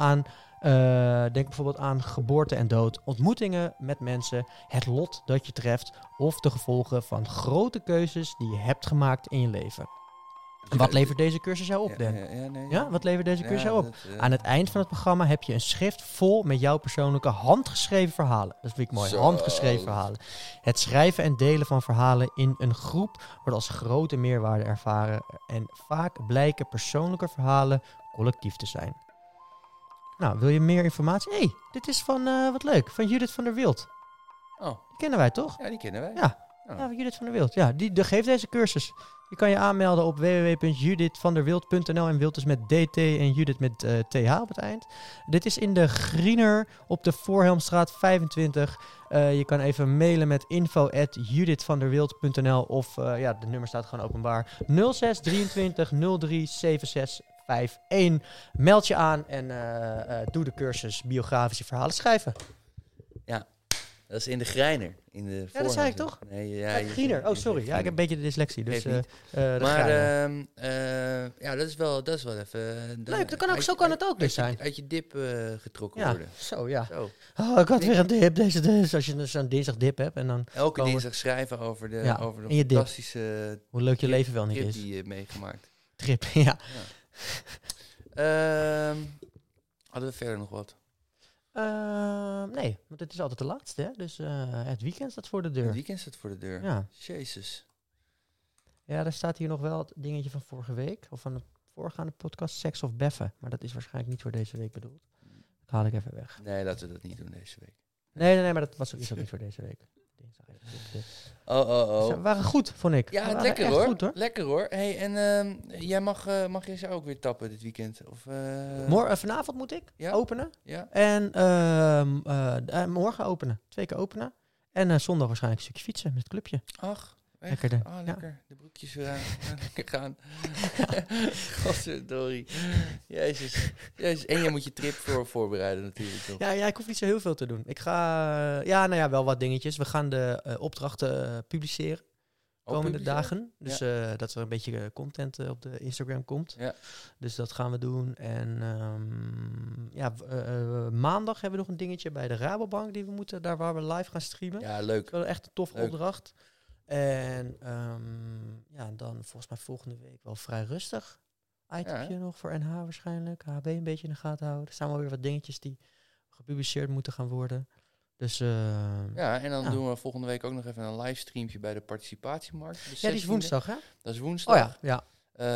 aan geboorte en dood, ontmoetingen met mensen, het lot dat je treft of de gevolgen van grote keuzes die je hebt gemaakt in je leven. En wat levert deze cursus jou op, Dan? Ja, wat levert deze cursus jou op? Aan het eind van het programma heb je een schrift vol met jouw persoonlijke handgeschreven verhalen. Dat vind ik mooi, Zo. handgeschreven verhalen. Het schrijven en delen van verhalen in een groep wordt als grote meerwaarde ervaren. En vaak blijken persoonlijke verhalen collectief te zijn. Nou, wil je meer informatie? Hey, dit is van, wat leuk, van Judith van der Wild. Oh, Die kennen wij toch? ja, die kennen wij. Ja. Oh. Ja, Judith van der Wild. Ja, die geeft deze cursus. Je kan je aanmelden op www.judithvanderwild.nl en Wild is met DT en Judith met TH op het eind. Dit is in de Griener op de Voorhelmstraat 25. Je kan even mailen met info@judithvanderwild.nl of de nummer staat gewoon openbaar. 06 23 03 76 51. Meld je aan en doe de cursus biografische verhalen schrijven. Dat is in de Greiner. Ja, dat zei ik toch? Nee, Ja, Griener. Oh, sorry. Ja, ik heb een beetje de dyslexie. Dus, Geeft niet. de Maar Greiner. ja, dat is wel even... Leuk, zo kan het ook dus zijn. Uit je dip getrokken Ja, worden. zo ja. Zo. Oh, ik had weer een dip. Dus als je zo'n dinsdag dip hebt en dan Elke komen- dinsdag schrijven over de, Ja, over de in je dip. fantastische hoe leuk je leven wel niet trip is. die je hebt meegemaakt. Trip, ja. Hadden we verder nog wat? Nee, want het is altijd de laatste, hè? Dus het weekend staat voor de Het deur. weekend staat voor de deur. Ja. Jezus. Ja, daar staat hier nog wel het dingetje van vorige week. Of van de voorgaande podcast, Seks of Beffen. Maar dat is waarschijnlijk niet voor deze week bedoeld. Dat haal ik even weg. Nee, laten we dat niet doen deze week. Nee, maar dat is ook niet voor deze week. dinsdag even terug. Oh. Ze waren goed, vond ik. Ze Ja, waren lekker echt hoor. goed, hoor. Lekker hoor. Hey, en jij mag je ze ook weer tappen dit weekend? Of, Vanavond moet ik Ja? openen. Ja? En morgen openen. 2 keer openen. En zondag waarschijnlijk een stukje fietsen met het clubje. Ach, echt? Lekkerder, Ah, ja. lekker. De broekjes weer aan. Lekker gaan. Godverdorie. Jezus. En jij moet je trip voorbereiden natuurlijk. Toch? Ja, ik hoef niet zo heel veel te doen. Ik ga, wel wat dingetjes. We gaan de opdrachten publiceren. Komende dagen. Dus dat er een beetje content op de Instagram komt. Ja. Dus dat gaan we doen. En maandag hebben we nog een dingetje bij de Rabobank die we moeten, daar waar we live gaan streamen. Ja, leuk. Wel echt een toffe Leuk. opdracht. En dan volgens mij volgende week wel vrij rustig. Itempje nog voor NH waarschijnlijk. HB een beetje in de gaten houden. Er staan wel weer wat dingetjes die gepubliceerd moeten gaan worden. Dus Ja, en dan doen we volgende week ook nog even een livestreampje bij de participatiemarkt. De die is 16e. woensdag, hè? Dat is woensdag. Oh ja.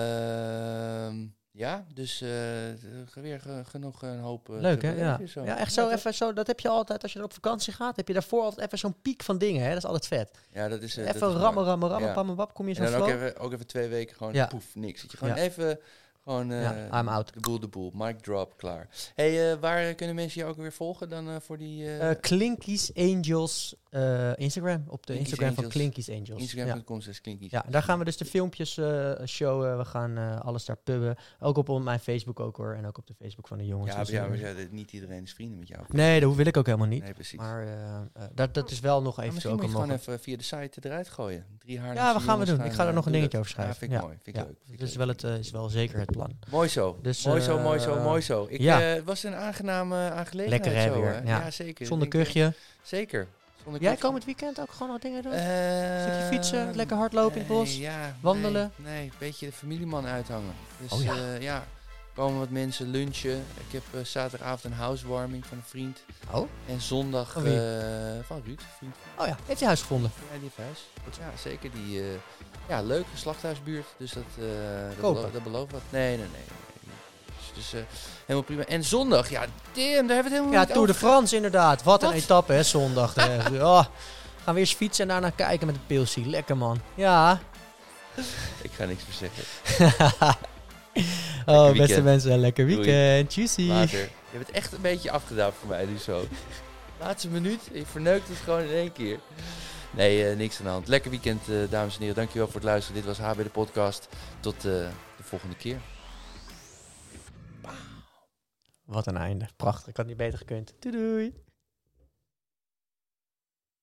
Dus weer genoeg een hoop Leuk, te hè? beleven Ja. zo. Ja, echt zo toch? even zo. Dat heb je altijd als je op vakantie gaat. Heb je daarvoor altijd even zo'n piek van dingen, hè? Dat is altijd vet. Ja, dat is Even dat is rammen, mooi. Ja. pam en wap, kom je En zo dan flow. ook even 2 weken gewoon Ja. poef, niks. Dat je gewoon Ja. even gewoon I'm out. de boel. Mic drop, klaar. Hey, waar kunnen mensen je ook weer volgen dan voor die... Clinkies Angels Instagram. Op de Clinkies Instagram van Angels. Clinkies Angels. Ja. Instagram.com/Clinkies. Ja, daar gaan we dus de filmpjes showen. We gaan alles daar pubben. Ook op mijn Facebook ook hoor. En ook op de Facebook van de jongens. Ja, Dus, maar we zeiden niet iedereen is vrienden met jou. nee, dat wil ik ook helemaal niet. Nee, precies. Maar dat is wel nog Maar even misschien ook moet je een het gewoon mogelijk. even via de site eruit gooien. 3 Haarlemse Ja, wat gaan we jongens doen? Ik ga er nog een doe dingetje dat. over schrijven. Ja, vind ik mooi. Vind ik leuk. Vind ik Dus leuk. is wel zeker het plan. Mooi zo. Dus, mooi zo. Het was een aangename aangelegenheid. Lekker, hè, zo, weer. hè? Ja. Ja, zeker. Zonder Ik denk, kuchje. Zeker. Zonder Jij kuchje. komend weekend ook gewoon nog dingen doen? Stukje fietsen, lekker hardlopen in het bos, Ja, wandelen. Nee, een beetje de familieman uithangen. Dus Oh ja. komen wat mensen lunchen. Ik heb zaterdagavond een housewarming van een vriend. Oh? En zondag Van wie? van Ruud, vriend. Oh ja, heeft je huis gevonden? Ja, die heeft huis. Ja, zeker. Die, leuk, een slachthuisbuurt. Dus Kopen? dat belooft wat. Nee. Dus helemaal prima. En zondag, ja, damn, daar hebben we het helemaal Ja, niet Tour de over. France inderdaad. Wat een Wat? etappe hè, zondag. Gaan we weer eens fietsen en daarna kijken met een pilsie. Lekker man. Ja. Ik ga niks meer zeggen. Oh, weekend. beste mensen, lekker Doei. weekend. Tjussie. Later. Je hebt het echt een beetje afgedaan voor mij nu zo. Laatste minuut, je verneukt het gewoon in 1 keer. Nee, niks aan de hand. Lekker weekend, dames en heren. Dankjewel voor het luisteren. Dit was HB de podcast. Tot de volgende keer. Wat een einde. Prachtig. Ik had niet beter gekund. Doei doei.